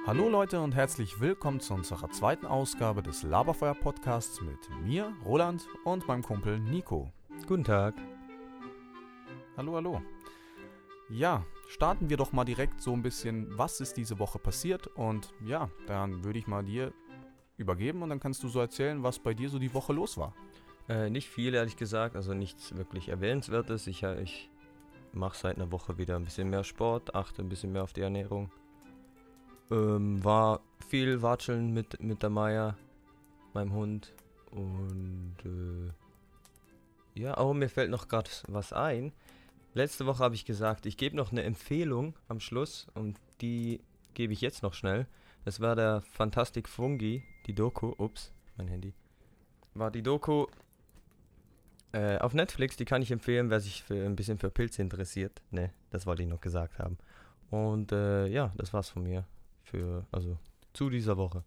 Hallo Leute und herzlich willkommen zu unserer zweiten Ausgabe des Laberfeuer-Podcasts mit mir, Roland, und meinem Kumpel Nico. Guten Tag. Hallo, hallo. Ja, starten wir doch mal direkt so ein bisschen, was ist diese Woche passiert, und ja, dann würde ich mal dir übergeben und dann kannst du so erzählen, was bei dir so die Woche los war. Nicht viel, ehrlich gesagt, also nichts wirklich Erwähnenswertes. Ich mache seit einer Woche wieder ein bisschen mehr Sport, achte ein bisschen mehr auf die Ernährung. War viel Watscheln mit der Maya, meinem Hund. Und mir fällt noch gerade was ein. Letzte Woche habe ich gesagt, ich gebe noch eine Empfehlung am Schluss und die gebe ich jetzt noch schnell. Das war der Fantastic Fungi, die Doku, mein Handy. War die Doku auf Netflix, die kann ich empfehlen, wer sich ein bisschen für Pilze interessiert. Ne, das wollte ich noch gesagt haben. Und das war's von mir zu dieser Woche.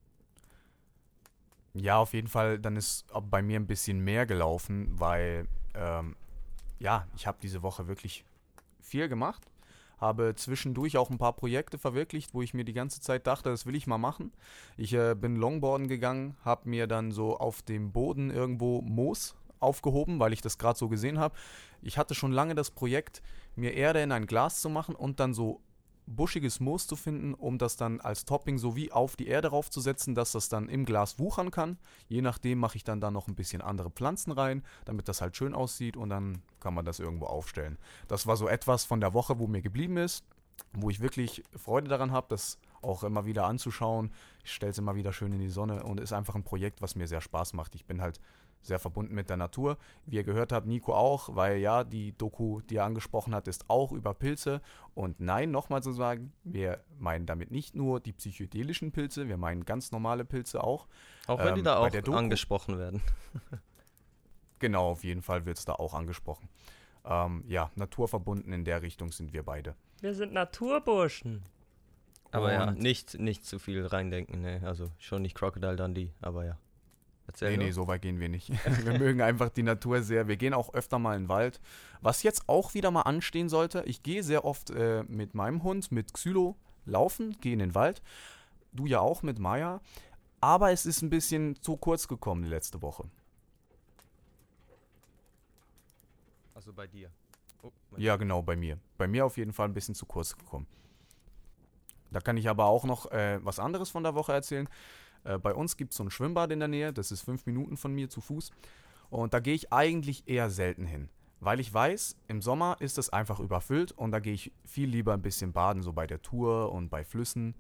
Ja, auf jeden Fall, dann ist bei mir ein bisschen mehr gelaufen, weil ich habe diese Woche wirklich viel gemacht. Habe zwischendurch auch ein paar Projekte verwirklicht, wo ich mir die ganze Zeit dachte, das will ich mal machen. Ich bin Longboarden gegangen, habe mir dann so auf dem Boden irgendwo Moos aufgehoben, weil ich das gerade so gesehen habe. Ich hatte schon lange das Projekt, mir Erde in ein Glas zu machen und dann so buschiges Moos zu finden, um das dann als Topping so wie auf die Erde raufzusetzen, dass das dann im Glas wuchern kann. Je nachdem mache ich dann da noch ein bisschen andere Pflanzen rein, damit das halt schön aussieht und dann kann man das irgendwo aufstellen. Das war so etwas von der Woche, wo mir geblieben ist, wo ich wirklich Freude daran habe, das auch immer wieder anzuschauen. Ich stelle es immer wieder schön in die Sonne und ist einfach ein Projekt, was mir sehr Spaß macht. Ich bin halt sehr verbunden mit der Natur. Wie ihr gehört habt, Nico auch, weil ja, die Doku, die er angesprochen hat, ist auch über Pilze. Und nein, nochmal zu sagen, wir meinen damit nicht nur die psychedelischen Pilze, wir meinen ganz normale Pilze auch. Auch wenn die da bei auch der Doku, angesprochen werden. Genau, auf jeden Fall wird es da auch angesprochen. Naturverbunden in der Richtung sind wir beide. Wir sind Naturburschen. Aber ja, Und nicht zu viel reindenken, ne? Also schon nicht Crocodile Dundee, aber ja. Erzähl Nee, so weit gehen wir nicht. Wir mögen einfach die Natur sehr. Wir gehen auch öfter mal in den Wald. Was jetzt auch wieder mal anstehen sollte, ich gehe sehr oft mit meinem Hund, mit Xylo, laufen, gehe in den Wald. Du ja auch mit Maya. Aber es ist ein bisschen zu kurz gekommen die letzte Woche. Also bei dir. Ja, genau, bei mir. Bei mir auf jeden Fall ein bisschen zu kurz gekommen. Da kann ich aber auch noch was anderes von der Woche erzählen. Bei uns gibt es so ein Schwimmbad in der Nähe, das ist 5 Minuten von mir zu Fuß. Und da gehe ich eigentlich eher selten hin. Weil ich weiß, im Sommer ist es einfach überfüllt und da gehe ich viel lieber ein bisschen baden, so bei der Tour und bei Flüssen.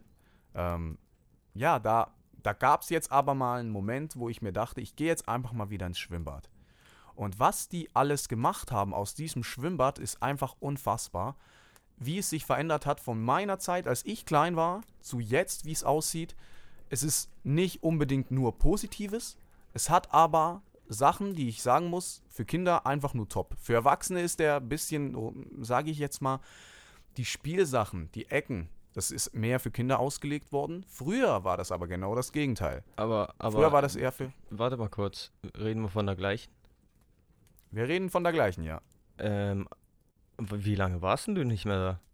Da gab es jetzt aber mal einen Moment, wo ich mir dachte, ich gehe jetzt einfach mal wieder ins Schwimmbad. Und was die alles gemacht haben aus diesem Schwimmbad, ist einfach unfassbar. Wie es sich verändert hat von meiner Zeit, als ich klein war, zu jetzt, wie es aussieht. Es ist nicht unbedingt nur Positives, es hat aber Sachen, die ich sagen muss, für Kinder einfach nur top. Für Erwachsene ist der ein bisschen, sage ich jetzt mal, die Spielsachen, die Ecken, das ist mehr für Kinder ausgelegt worden. Früher war das aber genau das Gegenteil. Aber Früher war das eher für... Warte mal kurz, reden wir von der gleichen? Wir reden von der gleichen, ja. Wie lange warst denn du nicht mehr da?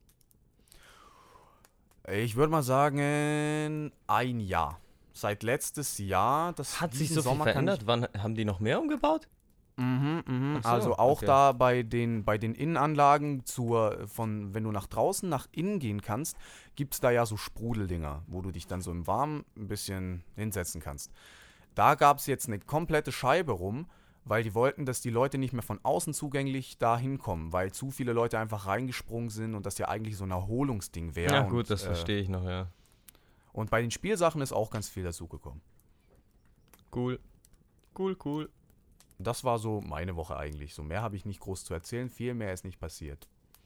Ich würde mal sagen, ein Jahr. Seit letztes Jahr. Hat sich so viel verändert? Wann haben die noch mehr umgebaut? Ach so, also auch okay. da bei den Innenanlagen wenn du nach draußen, nach innen gehen kannst, gibt es da ja so Sprudeldinger, wo du dich dann so im Warmen ein bisschen hinsetzen kannst. Da gab es jetzt eine komplette Scheibe rum, weil die wollten, dass die Leute nicht mehr von außen zugänglich da hinkommen, weil zu viele Leute einfach reingesprungen sind und das ja eigentlich so ein Erholungsding wäre. Ja gut, das verstehe ich noch, ja. Und bei den Spielsachen ist auch ganz viel dazugekommen. Cool. Das war so meine Woche eigentlich. So mehr habe ich nicht groß zu erzählen, viel mehr ist nicht passiert.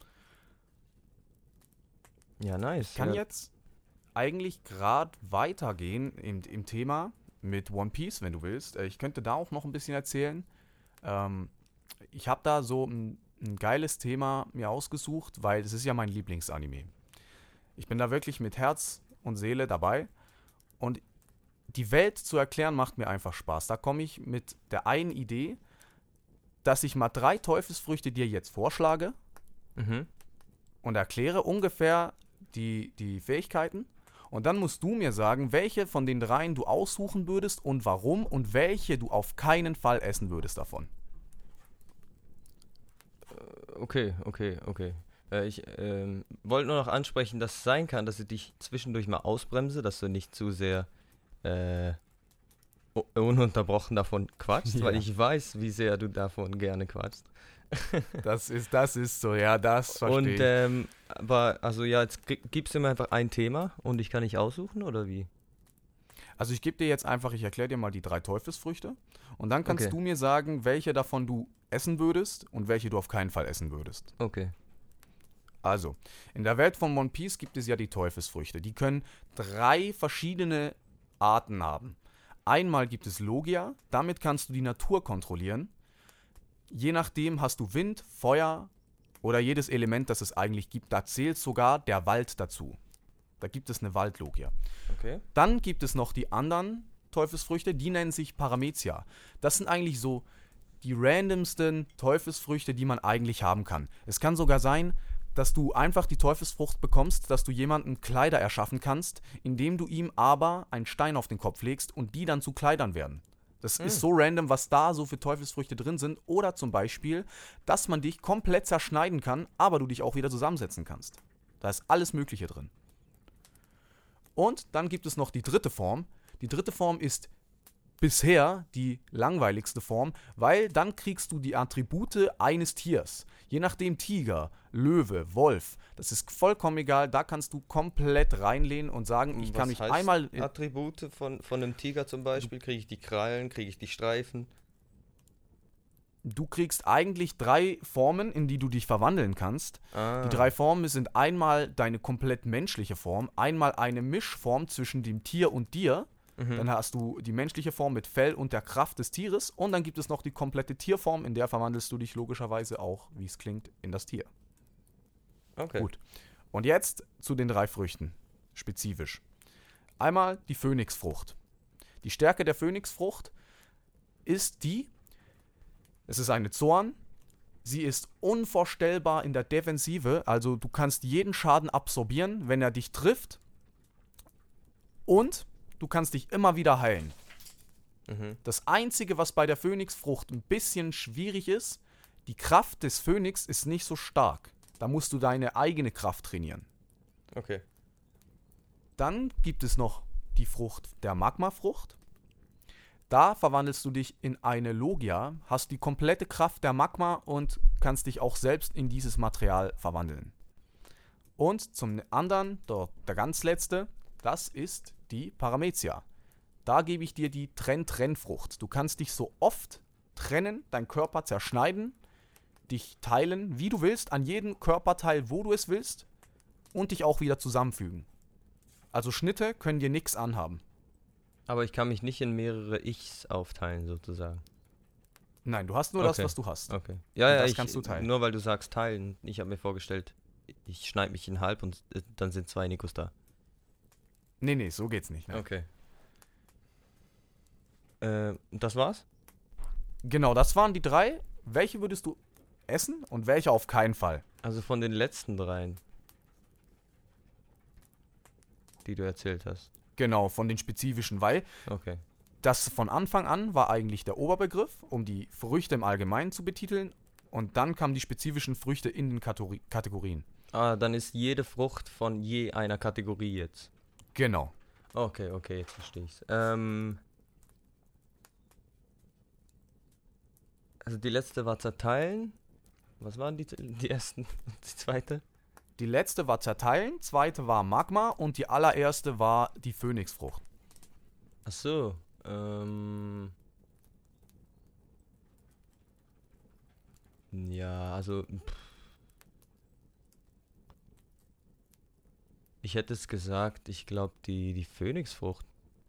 Ja, nice. Ich kann jetzt eigentlich gerade weitergehen im Thema mit One Piece, wenn du willst. Ich könnte da auch noch ein bisschen erzählen. Ich habe da so ein geiles Thema mir ausgesucht, weil es ist ja mein Lieblingsanime. Ich bin da wirklich mit Herz und Seele dabei und die Welt zu erklären macht mir einfach Spaß. Da komme ich mit der einen Idee, dass ich mal 3 Teufelsfrüchte dir jetzt vorschlage und erkläre ungefähr die Fähigkeiten Und dann musst du mir sagen, welche von den dreien du aussuchen würdest und warum und welche du auf keinen Fall essen würdest davon. Okay. Ich wollte nur noch ansprechen, dass es sein kann, dass ich dich zwischendurch mal ausbremse, dass du nicht zu sehr ununterbrochen davon quatschst, Ja. weil ich weiß, wie sehr du davon gerne quatschst. Das ist so, ja, das verstehe ich. Aber, also ja, jetzt gibst du mir einfach ein Thema und ich kann nicht aussuchen, oder wie? Also ich erkläre dir mal die 3 Teufelsfrüchte und dann kannst Okay. du mir sagen, welche davon du essen würdest und welche du auf keinen Fall essen würdest. Okay. Also, in der Welt von One Piece gibt es ja die Teufelsfrüchte. Die können 3 verschiedene Arten haben. Einmal gibt es Logia, damit kannst du die Natur kontrollieren. Je nachdem hast du Wind, Feuer oder jedes Element, das es eigentlich gibt. Da zählt sogar der Wald dazu. Da gibt es eine Waldlogia. Okay. Dann gibt es noch die anderen Teufelsfrüchte, die nennen sich Paramecia. Das sind eigentlich so die randomsten Teufelsfrüchte, die man eigentlich haben kann. Es kann sogar sein, dass du einfach die Teufelsfrucht bekommst, dass du jemandem Kleider erschaffen kannst, indem du ihm aber einen Stein auf den Kopf legst und die dann zu Kleidern werden. Das ist so random, was da so für Teufelsfrüchte drin sind. Oder zum Beispiel, dass man dich komplett zerschneiden kann, aber du dich auch wieder zusammensetzen kannst. Da ist alles Mögliche drin. Und dann gibt es noch die 3. Form. Die 3. Form ist bisher die langweiligste Form, weil dann kriegst du die Attribute eines Tiers. Je nachdem Tiger, Löwe, Wolf, das ist vollkommen egal, da kannst du komplett reinlehnen und sagen, ich kann mich einmal... Attribute von einem Tiger zum Beispiel? Kriege ich die Krallen, kriege ich die Streifen? Du kriegst eigentlich 3 Formen, in die du dich verwandeln kannst. Ah. Die 3 Formen sind einmal deine komplett menschliche Form, einmal eine Mischform zwischen dem Tier und dir. Dann hast du die menschliche Form mit Fell und der Kraft des Tieres. Und dann gibt es noch die komplette Tierform, in der verwandelst du dich logischerweise auch, wie es klingt, in das Tier. Okay. Gut. Und jetzt zu den 3 Früchten, spezifisch. Einmal die Phönixfrucht. Die Stärke der Phönixfrucht ist es ist eine Zorn, sie ist unvorstellbar in der Defensive, also du kannst jeden Schaden absorbieren, wenn er dich trifft. Und du kannst dich immer wieder heilen. Das Einzige, was bei der Phönixfrucht ein bisschen schwierig ist, die Kraft des Phönix ist nicht so stark. Da musst du deine eigene Kraft trainieren. Okay. Dann gibt es noch die Frucht der Magmafrucht. Da verwandelst du dich in eine Logia, hast die komplette Kraft der Magma und kannst dich auch selbst in dieses Material verwandeln. Und zum anderen, der ganz letzte, das ist die Paramecia. Da gebe ich dir die Trenn-Trenn-Frucht. Du kannst dich so oft trennen, deinen Körper zerschneiden, dich teilen, wie du willst, an jedem Körperteil, wo du es willst, und dich auch wieder zusammenfügen. Also Schnitte können dir nichts anhaben. Aber ich kann mich nicht in mehrere Ichs aufteilen, sozusagen. Nein, du hast nur das, was du hast. Okay. Und Ja, das kannst du teilen. Nur weil du sagst teilen. Ich habe mir vorgestellt, ich schneide mich in halb und dann sind 2 Nikos da. Nee, so geht's nicht. Ne? Okay. Das war's? Genau, das waren die 3. Welche würdest du essen und welche auf keinen Fall? Also von den letzten 3, die du erzählt hast. Genau, von den spezifischen, weil Okay. das von Anfang an war eigentlich der Oberbegriff, um die Früchte im Allgemeinen zu betiteln. Und dann kamen die spezifischen Früchte in den Kategorien. Ah, dann ist jede Frucht von je einer Kategorie jetzt. Genau. Okay, jetzt verstehe ich's. Also die letzte war zerteilen. Was waren die ersten? Die zweite? Die letzte war Zerteilen, zweite war Magma und die allererste war die Phönixfrucht. Ach so. Ja, also. Ich hätte es gesagt, ich glaube die Phönixfrucht.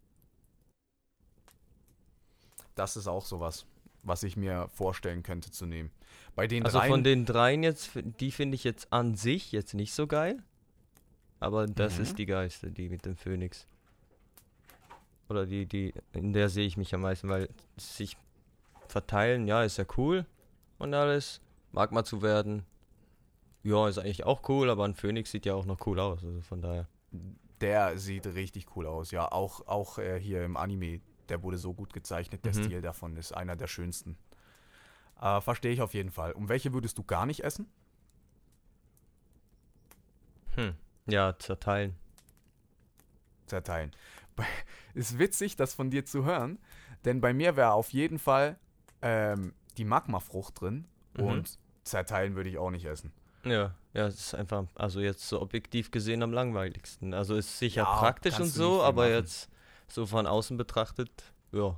Das ist auch sowas, was ich mir vorstellen könnte zu nehmen. Bei den Also dreien, von den 3 jetzt, die finde ich jetzt an sich jetzt nicht so geil. Aber das ist die geilste, die mit dem Phönix. Oder in der sehe ich mich am meisten, weil sich verteilen, ja, ist ja cool und alles. Magma zu werden, ja, ist eigentlich auch cool, aber ein Phönix sieht ja auch noch cool aus, also von daher. Der sieht richtig cool aus, ja. Auch hier im Anime, der wurde so gut gezeichnet. Der Stil davon ist einer der schönsten. Verstehe ich auf jeden Fall. Und welche würdest du gar nicht essen? Ja, zerteilen. Zerteilen. Ist witzig, das von dir zu hören, denn bei mir wäre auf jeden Fall die Magmafrucht drin und zerteilen würde ich auch nicht essen. Ja, es ist einfach, also jetzt so objektiv gesehen am langweiligsten. Also ist sicher Ja, praktisch und kannst du nicht so, viel aber machen. jetzt so von außen betrachtet, ja.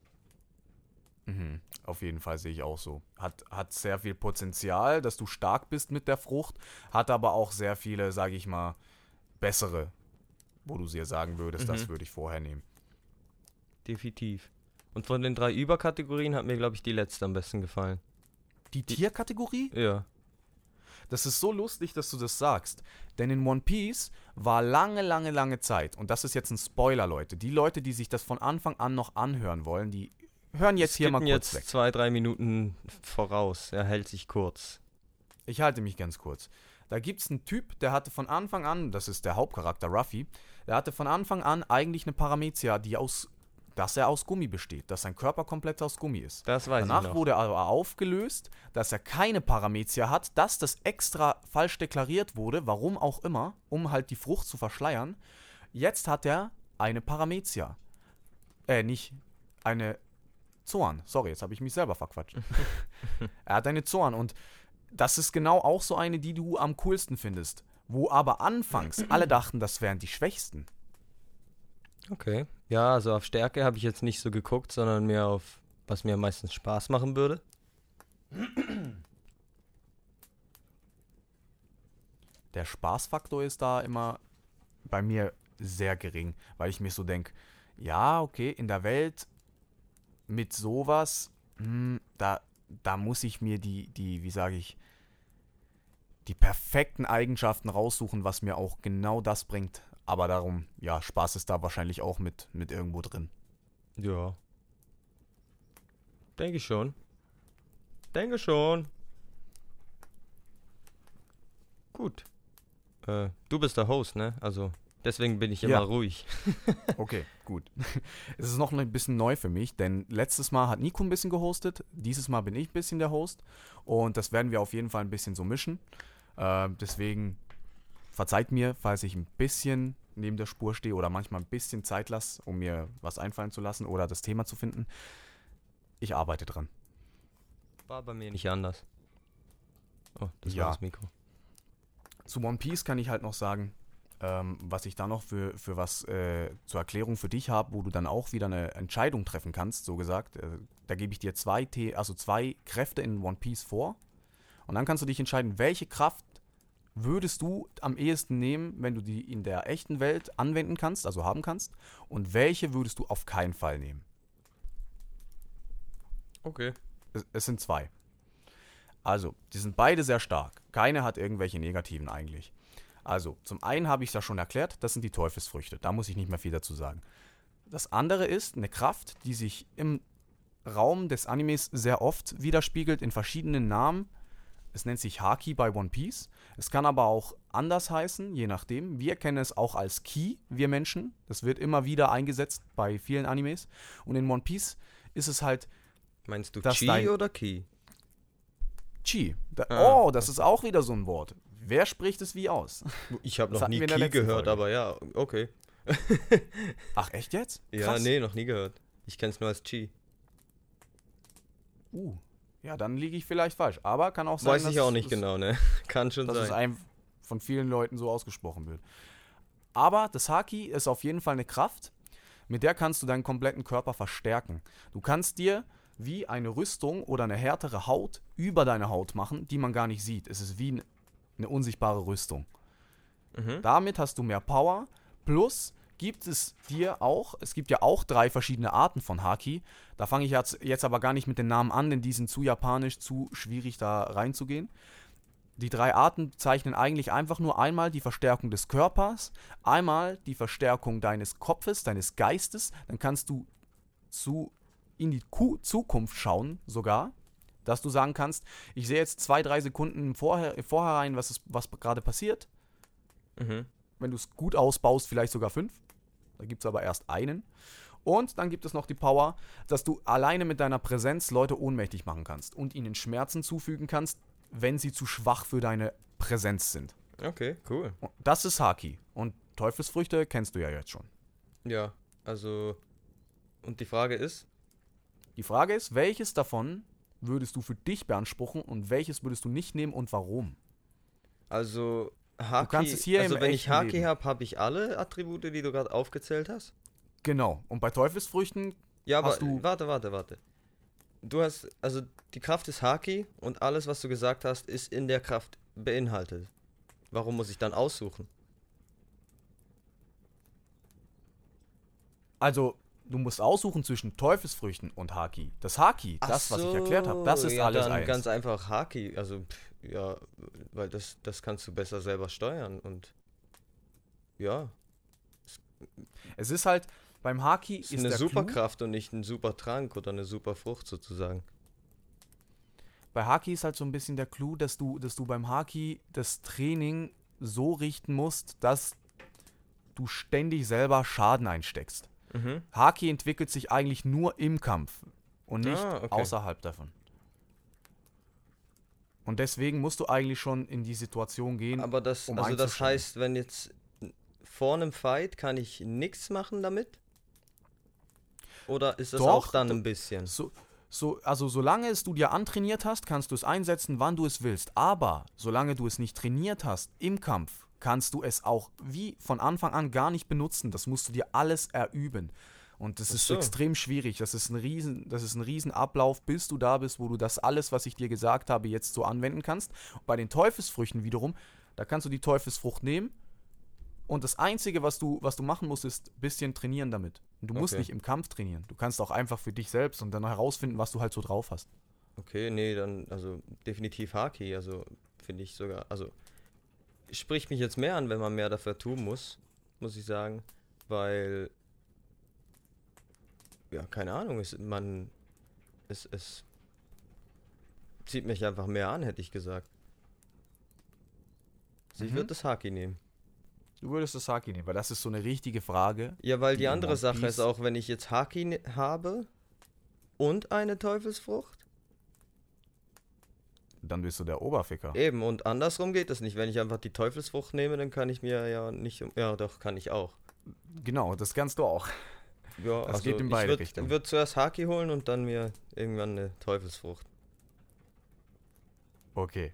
Auf jeden Fall sehe ich auch so. Hat sehr viel Potenzial, dass du stark bist mit der Frucht, hat aber auch sehr viele, sage ich mal, bessere, wo du dir sagen würdest, das würde ich vorher nehmen. Definitiv. Und von den 3 Überkategorien hat mir, glaube ich, die letzte am besten gefallen. Die Tierkategorie? Ja. Das ist so lustig, dass du das sagst. Denn in One Piece war lange Zeit, und das ist jetzt ein Spoiler, Leute, die Leute, die sich das von Anfang an noch anhören wollen, die hören jetzt hier mal kurz weg. Jetzt 2-3 Minuten voraus. Er hält sich kurz. Ich halte mich ganz kurz. Da gibt es einen Typ, der hatte von Anfang an, das ist der Hauptcharakter Ruffy, der hatte von Anfang an eigentlich eine Paramecia, dass er aus Gummi besteht, dass sein Körper komplett aus Gummi ist. Das weiß ich Danach noch. wurde aber aufgelöst, dass er keine Paramecia hat, dass das extra falsch deklariert wurde, warum auch immer, um halt die Frucht zu verschleiern. Jetzt hat er eine Paramecia. Nicht eine Zoan. Sorry, jetzt habe ich mich selber verquatscht. Er hat eine Zoan und das ist genau auch so eine, die du am coolsten findest. Wo aber anfangs alle dachten, das wären die Schwächsten. Okay. Ja, also auf Stärke habe ich jetzt nicht so geguckt, sondern mehr auf, was mir meistens Spaß machen würde. Der Spaßfaktor ist da immer bei mir sehr gering, weil ich mir so denke, ja, okay, in der Welt mit sowas, da muss ich mir wie sage ich, die perfekten Eigenschaften raussuchen, was mir auch genau das bringt. Aber darum, ja, Spaß ist da wahrscheinlich auch mit irgendwo drin. Ja. Denke schon. Gut. Du bist der Host, ne? Also, deswegen bin ich immer ruhig. Okay, gut. Es ist noch ein bisschen neu für mich, denn letztes Mal hat Nico ein bisschen gehostet, dieses Mal bin ich ein bisschen der Host und das werden wir auf jeden Fall ein bisschen so mischen. Deswegen verzeiht mir, falls ich ein bisschen neben der Spur stehe oder manchmal ein bisschen Zeit lasse, um mir was einfallen zu lassen oder das Thema zu finden. Ich arbeite dran. War bei mir nicht anders. Oh, das Ja. war das Mikro. Zu One Piece kann ich halt noch sagen, was ich da noch für was zur Erklärung für dich habe, wo du dann auch wieder eine Entscheidung treffen kannst, so gesagt. Da gebe ich dir zwei Kräfte in One Piece vor und dann kannst du dich entscheiden, welche Kraft würdest du am ehesten nehmen, wenn du die in der echten Welt anwenden kannst, also haben kannst, und welche würdest du auf keinen Fall nehmen? Okay. Es sind 2. Also, die sind beide sehr stark. Keine hat irgendwelche negativen eigentlich. Also, zum einen habe ich es ja schon erklärt, das sind die Teufelsfrüchte. Da muss ich nicht mehr viel dazu sagen. Das andere ist eine Kraft, die sich im Raum des Animes sehr oft widerspiegelt in verschiedenen Namen. Es nennt sich Haki bei One Piece. Es kann aber auch anders heißen, je nachdem. Wir kennen es auch als Ki, wir Menschen. Das wird immer wieder eingesetzt bei vielen Animes. Und in One Piece ist es halt Meinst du Das Chi oder Ki? Chi. Ah, Das ist auch wieder so ein Wort. Wer spricht es wie aus? Ich habe Das noch hatten nie wir in der Ki letzten gehört, Folge. aber ja, okay. Ach, echt jetzt? Ja, Krass. nee, noch nie gehört. Ich kenne es nur als Chi. Ja, dann liege ich vielleicht falsch. Aber kann auch sein, Weiß ich auch nicht genau, ne? Kann schon dass es sein. einem von vielen Leuten so ausgesprochen wird. Aber das Haki ist auf jeden Fall eine Kraft, mit der kannst du deinen kompletten Körper verstärken. Du kannst dir wie eine Rüstung oder eine härtere Haut über deine Haut machen, die man gar nicht sieht. Es ist wie eine unsichtbare Rüstung. Damit hast du mehr Power. Plus gibt es gibt ja auch 3 verschiedene Arten von Haki. Da fange ich jetzt aber gar nicht mit den Namen an, denn die sind zu japanisch, zu schwierig da reinzugehen. Die 3 Arten zeichnen eigentlich einfach nur einmal die Verstärkung des Körpers, einmal die Verstärkung deines Kopfes, deines Geistes. Dann kannst du in die Zukunft schauen sogar, dass du sagen kannst, ich sehe jetzt 2-3 Sekunden vorher rein, was gerade passiert. Wenn du es gut ausbaust, vielleicht sogar 5. Da gibt es aber erst einen. Und dann gibt es noch die Power, dass du alleine mit deiner Präsenz Leute ohnmächtig machen kannst und ihnen Schmerzen zufügen kannst, wenn sie zu schwach für deine Präsenz sind. Okay, cool. Und das ist Haki. Und Teufelsfrüchte kennst du ja jetzt schon. Ja, also, und die Frage ist? Die Frage ist, welches davon würdest du für dich beanspruchen und welches würdest du nicht nehmen und warum? Also, Haki, Du kannst es hier also im wenn ich echten Haki Leben. habe, habe ich alle Attribute, die du gerade aufgezählt hast? Genau. Und bei Teufelsfrüchten Ja, aber hast du... warte. Du hast, also die Kraft ist Haki und alles, was du gesagt hast, ist in der Kraft beinhaltet. Warum muss ich dann aussuchen? Also, du musst aussuchen zwischen Teufelsfrüchten und Haki. Das Haki, das, was ich erklärt habe, das ist ja, alles dann eins. ganz einfach Haki. Also, ja, weil das kannst du besser selber steuern und ja, Es ist halt, beim Haki ist ist eine der Clou, Superkraft und nicht ein Supertrank oder eine Superfrucht sozusagen. bei Haki ist halt so ein bisschen der Clou, dass du beim Haki das Training so richten musst, dass du ständig selber Schaden einsteckst. Mhm. Haki entwickelt sich eigentlich nur im Kampf und nicht Ah, okay. außerhalb davon. Und deswegen musst du eigentlich schon in die Situation gehen, Aber das, um also das einzusteigen. heißt, wenn jetzt vor einem Fight kann ich nichts machen damit? Oder ist das Doch, auch dann ein bisschen? Also solange es du dir antrainiert hast, kannst du es einsetzen, wann du es willst. Aber solange du es nicht trainiert hast im Kampf, kannst du es auch wie von Anfang an gar nicht benutzen. Das musst du dir alles erüben. Und das Ach ist so. extrem schwierig. Das ist ein riesen Ablauf, bis du da bist, wo du das alles, was ich dir gesagt habe, jetzt so anwenden kannst. Und bei den Teufelsfrüchten wiederum, da kannst du die Teufelsfrucht nehmen. Und das Einzige, was du machen musst, ist ein bisschen trainieren damit. Und du musst Okay. nicht im Kampf trainieren. Du kannst auch einfach für dich selbst und dann herausfinden, was du halt so drauf hast. Okay, nee, dann, also definitiv Haki, also finde ich sogar, also spricht mich jetzt mehr an, wenn man mehr dafür tun muss ich sagen, weil, ja, keine Ahnung, es zieht mich einfach mehr an, hätte ich gesagt. Also ich Mhm. würde das Haki nehmen. Du würdest das Haki nehmen, weil das ist so eine richtige Frage. Ja, weil Die die in andere One Sache Piece- ist auch, wenn ich jetzt Haki habe und eine Teufelsfrucht, Dann bist du der Oberficker. eben, und andersrum geht es nicht. Wenn ich einfach die Teufelsfrucht nehme, dann kann ich mir ja nicht, ja doch, kann ich auch. Genau, das kannst du auch. Ja, Das geht in beide Richtungen. Ich würde zuerst Haki holen und dann mir irgendwann eine Teufelsfrucht. Okay.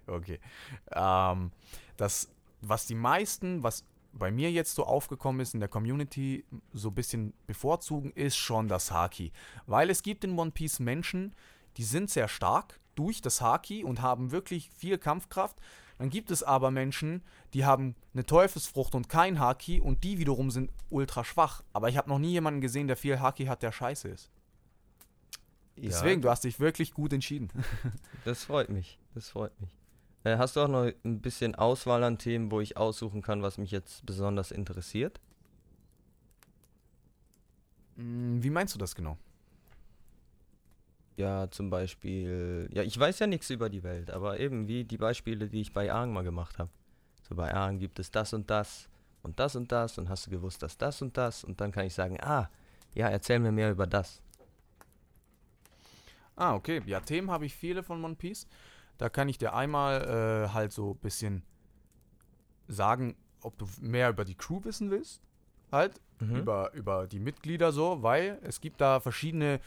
Was bei mir jetzt so aufgekommen ist in der Community, so ein bisschen bevorzugen, ist schon das Haki. Weil es gibt in One Piece Menschen, die sind sehr stark durch das Haki und haben wirklich viel Kampfkraft. Dann gibt es aber Menschen, die haben eine Teufelsfrucht und kein Haki und die wiederum sind ultra schwach. Aber ich habe noch nie jemanden gesehen, der viel Haki hat, der scheiße ist. Deswegen, du hast dich wirklich gut entschieden. Das freut mich. Hast du auch noch ein bisschen Auswahl an Themen, wo ich aussuchen kann, was mich jetzt besonders interessiert? Wie meinst du das genau? Ja, zum Beispiel, ja, ich weiß ja nichts über die Welt, aber eben wie die Beispiele, die ich bei Aang mal gemacht habe. So bei Aang gibt es das und das und das und das und hast du gewusst, dass das und das und dann kann ich sagen, ja, erzähl mir mehr über das. Ah, okay. Ja, Themen habe ich viele von One Piece. Da kann ich dir einmal halt so ein bisschen sagen, ob du mehr über die Crew wissen willst. Halt, Mhm. über die Mitglieder so, weil es gibt da verschiedene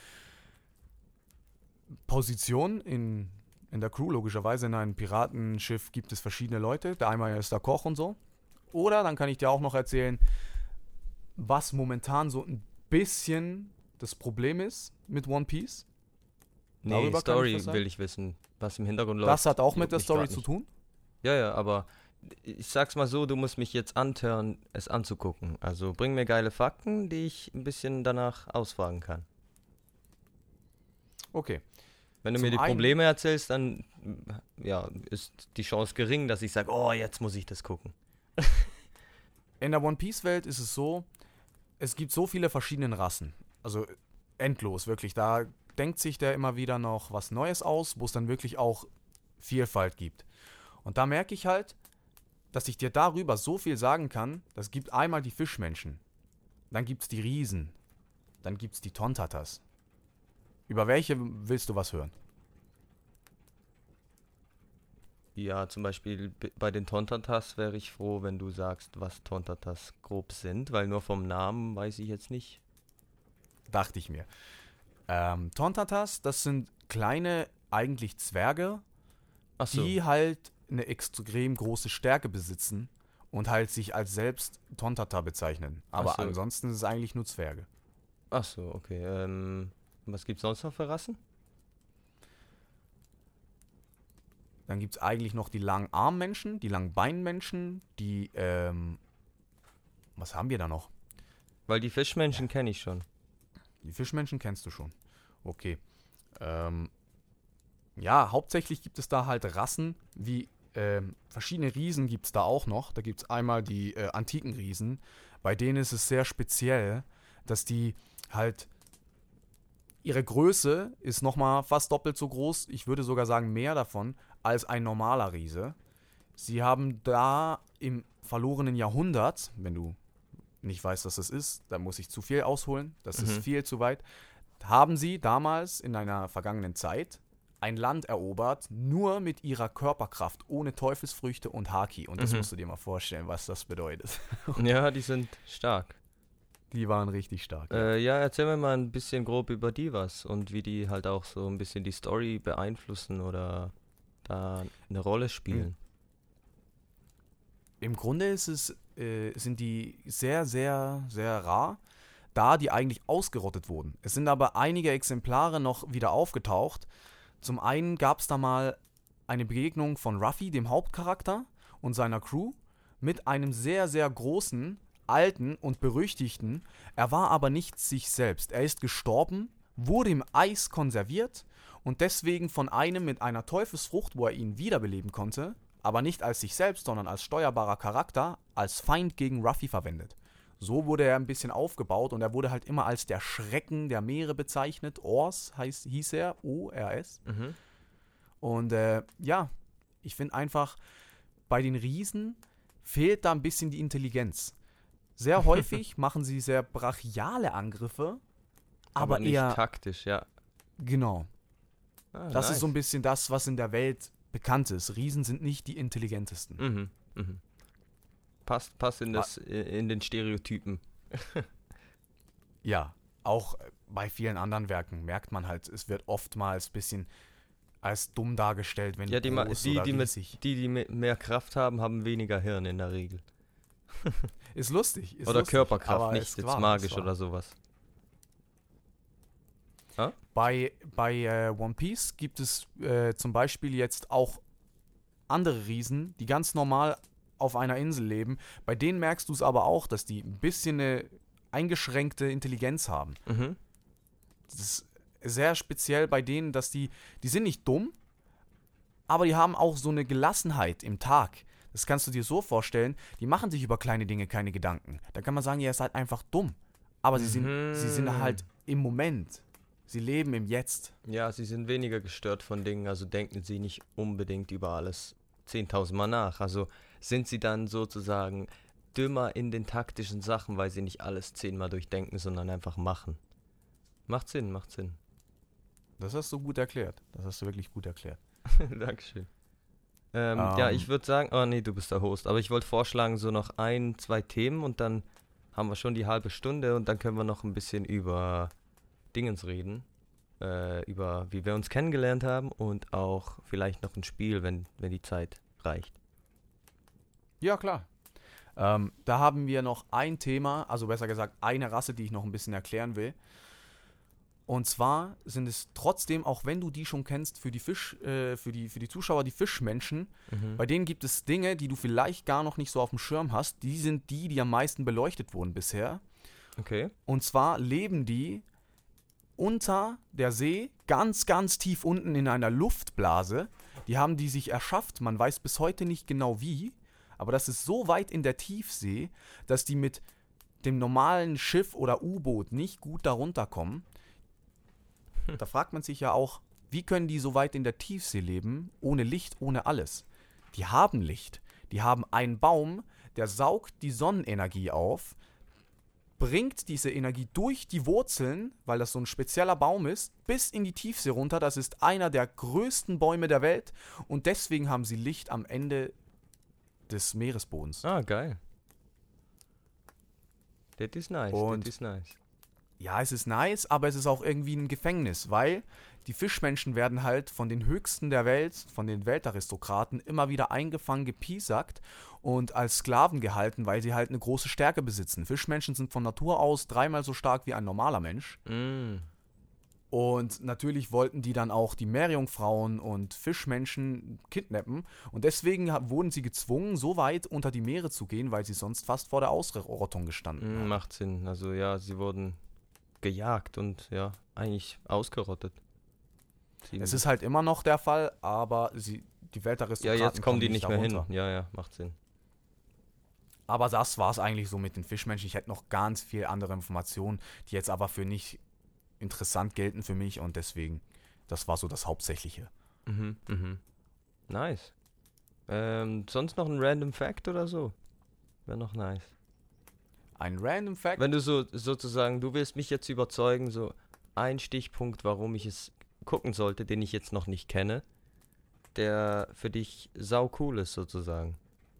Positionen in der Crew. Logischerweise in einem Piratenschiff gibt es verschiedene Leute. Der einmal ist der Koch und so. Oder dann kann ich dir auch noch erzählen, was momentan so ein bisschen das Problem ist mit One Piece. Nee, Darüber kann ich Story was sagen? will ich wissen, was im Hintergrund läuft. Das hat auch mit juckt der mich Story grad zu nicht. tun. Ja, aber ich sag's mal so, du musst mich jetzt antören, es anzugucken. Also bring mir geile Fakten, die ich ein bisschen danach ausfragen kann. Okay. Wenn du Zum mir die einen- Probleme erzählst, dann ja, ist die Chance gering, dass ich sage, oh, jetzt muss ich das gucken. In der One Piece Welt ist es so, es gibt so viele verschiedene Rassen. Also endlos, wirklich. Da denkt sich der immer wieder noch was Neues aus, wo es dann wirklich auch Vielfalt gibt. Und da merke ich halt, dass ich dir darüber so viel sagen kann, das gibt einmal die Fischmenschen, dann gibt's die Riesen, dann gibt's die Tontatas. Über welche willst du was hören? Ja, zum Beispiel bei den Tontatas wäre ich froh, wenn du sagst, was Tontatas grob sind, weil nur vom Namen weiß ich jetzt nicht. Dachte ich mir. Tontatas, das sind kleine, eigentlich Zwerge, Ach so, die halt eine extrem große Stärke besitzen und halt sich als selbst Tontata bezeichnen. Aber Ach so. ansonsten ist es eigentlich nur Zwerge. ach so, okay. Was gibt's sonst noch für Rassen? Dann gibt es eigentlich noch die Langarmmenschen, die Langbeinmenschen, die, was haben wir da noch? Weil die Fischmenschen kenne ich schon. Die Fischmenschen kennst du schon. Okay. Ja, hauptsächlich gibt es da halt Rassen, wie verschiedene Riesen gibt es da auch noch. Da gibt es einmal die antiken Riesen, bei denen ist es sehr speziell, dass die halt, ihre Größe ist nochmal fast doppelt so groß, ich würde sogar sagen mehr davon, als ein normaler Riese. Sie haben da im verlorenen Jahrhundert, wenn du nicht weißt, was das ist, da muss ich zu viel ausholen, das ist Mhm. viel zu weit, haben sie damals in einer vergangenen Zeit ein Land erobert, nur mit ihrer Körperkraft, ohne Teufelsfrüchte und Haki. Und das Mhm. musst du dir mal vorstellen, was das bedeutet. Ja, die sind stark. Die waren richtig stark. Ja, erzähl mir mal ein bisschen grob über die was und wie die halt auch so ein bisschen die Story beeinflussen oder da eine Rolle spielen. Im Grunde sind die sehr, sehr, sehr rar, da die eigentlich ausgerottet wurden. Es sind aber einige Exemplare noch wieder aufgetaucht. Zum einen gab es da mal eine Begegnung von Ruffy, dem Hauptcharakter, und seiner Crew mit einem sehr, sehr großen, alten und berüchtigten. Er war aber nicht sich selbst. Er ist gestorben, wurde im Eis konserviert und deswegen von einem mit einer Teufelsfrucht, wo er ihn wiederbeleben konnte, aber nicht als sich selbst, sondern als steuerbarer Charakter, als Feind gegen Ruffy verwendet. So wurde er ein bisschen aufgebaut und er wurde halt immer als der Schrecken der Meere bezeichnet. Hieß er, O-R-S. Mhm. Und ja, ich finde einfach, bei den Riesen fehlt da ein bisschen die Intelligenz. Sehr häufig machen sie sehr brachiale Angriffe, aber nicht eher, taktisch, ja. genau. Das ist nice. so ein bisschen das, was in der Welt bekannt ist. Riesen sind nicht die intelligentesten. Mhm. Mhm. Passt in den Stereotypen. Ja, auch bei vielen anderen Werken merkt man halt, es wird oftmals ein bisschen als dumm dargestellt, wenn Ja, groß oder riesig. die mit mehr Kraft haben, haben weniger Hirn in der Regel. Ist lustig. Ist Oder lustig, Körperkraft, aber nicht es jetzt war, magisch es war. oder sowas. Bei One Piece gibt es zum Beispiel jetzt auch andere Riesen, die ganz normal auf einer Insel leben. Bei denen merkst du es aber auch, dass die ein bisschen eine eingeschränkte Intelligenz haben. Mhm. Das ist sehr speziell bei denen, dass die sind nicht dumm, aber die haben auch so eine Gelassenheit im Tag. Das kannst du dir so vorstellen, die machen sich über kleine Dinge keine Gedanken. Da kann man sagen, ihr seid einfach dumm. Aber sie sind halt im Moment. Sie leben im Jetzt. Ja, sie sind weniger gestört von Dingen, also denken sie nicht unbedingt über alles 10.000 Mal nach. Also sind sie dann sozusagen dümmer in den taktischen Sachen, weil sie nicht alles 10-mal durchdenken, sondern einfach machen. Macht Sinn, macht Sinn. Das hast du gut erklärt. Das hast du wirklich gut erklärt. Dankeschön. Ja, ich würde sagen, oh nee, du bist der Host, aber ich wollte vorschlagen, so noch 2 Themen und dann haben wir schon die halbe Stunde und dann können wir noch ein bisschen über Dingens reden, über wie wir uns kennengelernt haben und auch vielleicht noch ein Spiel, wenn die Zeit reicht. Ja, klar. Da haben wir noch ein Thema, also besser gesagt eine Rasse, die ich noch ein bisschen erklären will. Und zwar sind es trotzdem, auch wenn du die schon kennst, für die Zuschauer, die Fischmenschen, bei denen gibt es Dinge, die du vielleicht gar noch nicht so auf dem Schirm hast. Die sind die am meisten beleuchtet wurden bisher. Okay. Und zwar leben die unter der See, ganz, ganz tief unten in einer Luftblase. Die haben die sich erschafft, man weiß bis heute nicht genau wie, aber das ist so weit in der Tiefsee, dass die mit dem normalen Schiff oder U-Boot nicht gut darunter kommen. Da fragt man sich ja auch, wie können die so weit in der Tiefsee leben, ohne Licht, ohne alles? Die haben Licht. Die haben einen Baum, der saugt die Sonnenenergie auf, bringt diese Energie durch die Wurzeln, weil das so ein spezieller Baum ist, bis in die Tiefsee runter. Das ist einer der größten Bäume der Welt und deswegen haben sie Licht am Ende des Meeresbodens. Ah, geil. Das ist nice, Und das ist nice. ja, es ist nice, aber es ist auch irgendwie ein Gefängnis, weil die Fischmenschen werden halt von den Höchsten der Welt, von den Weltaristokraten, immer wieder eingefangen, gepiesackt und als Sklaven gehalten, weil sie halt eine große Stärke besitzen. Fischmenschen sind von Natur aus 3-mal so stark wie ein normaler Mensch. Und natürlich wollten die dann auch die Meerjungfrauen und Fischmenschen kidnappen. Und deswegen wurden sie gezwungen, so weit unter die Meere zu gehen, weil sie sonst fast vor der Ausrottung gestanden haben. Macht Sinn. Also ja, sie wurden gejagt und ja, eigentlich ausgerottet. Es ist halt immer noch der Fall, aber die Weltaristokraten ja, jetzt kommen die nicht mehr darunter. hin. Ja, macht Sinn. Aber das war es eigentlich so mit den Fischmenschen. Ich hätte noch ganz viel andere Informationen, die jetzt aber für nicht interessant gelten für mich und deswegen, das war so das Hauptsächliche. Nice. Sonst noch ein Random Fact oder so? Wäre noch nice. Ein Random Fact? Wenn du sozusagen, du willst mich jetzt überzeugen, so ein Stichpunkt, warum ich es gucken sollte, den ich jetzt noch nicht kenne, der für dich sau cool ist sozusagen.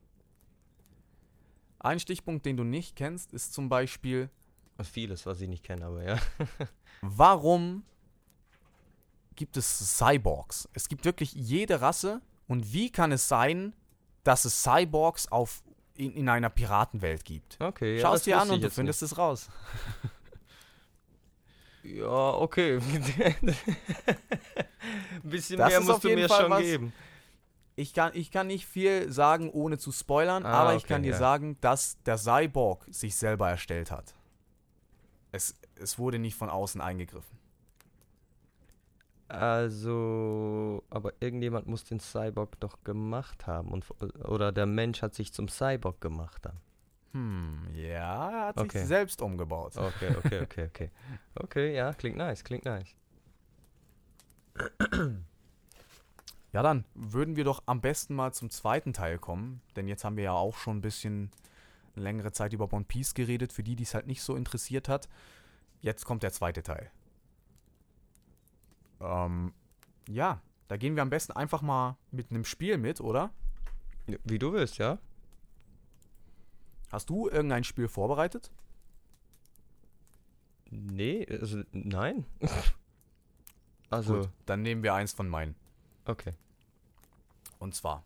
Ein Stichpunkt, den du nicht kennst, ist zum Beispiel Vieles, was ich nicht kenne, aber ja. Warum gibt es Cyborgs? Es gibt wirklich jede Rasse. Und wie kann es sein, dass es Cyborgs in einer Piratenwelt gibt? Okay, ja, Schau es dir wusste an und ich du jetzt findest es raus. Ja, okay. Ein bisschen Das mehr ist musst auf du jeden mir Fall schon was. geben. Ich kann nicht viel sagen, ohne zu spoilern, aber ich okay, kann dir ja. sagen, dass der Cyborg sich selber erstellt hat. Es wurde nicht von außen eingegriffen. Also, aber irgendjemand muss den Cyborg doch gemacht haben. Oder der Mensch hat sich zum Cyborg gemacht dann. Ja, er hat Okay. sich selbst umgebaut. Okay. Okay, ja, klingt nice. Ja, dann würden wir doch am besten mal zum zweiten Teil kommen, denn jetzt haben wir ja auch schon ein bisschen längere Zeit über One Piece geredet, für die es halt nicht so interessiert hat. Jetzt kommt der zweite Teil. Ja, da gehen wir am besten einfach mal mit einem Spiel mit, oder? Wie du willst, ja? Hast du irgendein Spiel vorbereitet? Nee, also nein. Also, Gut, dann nehmen wir eins von meinen. okay. Und zwar.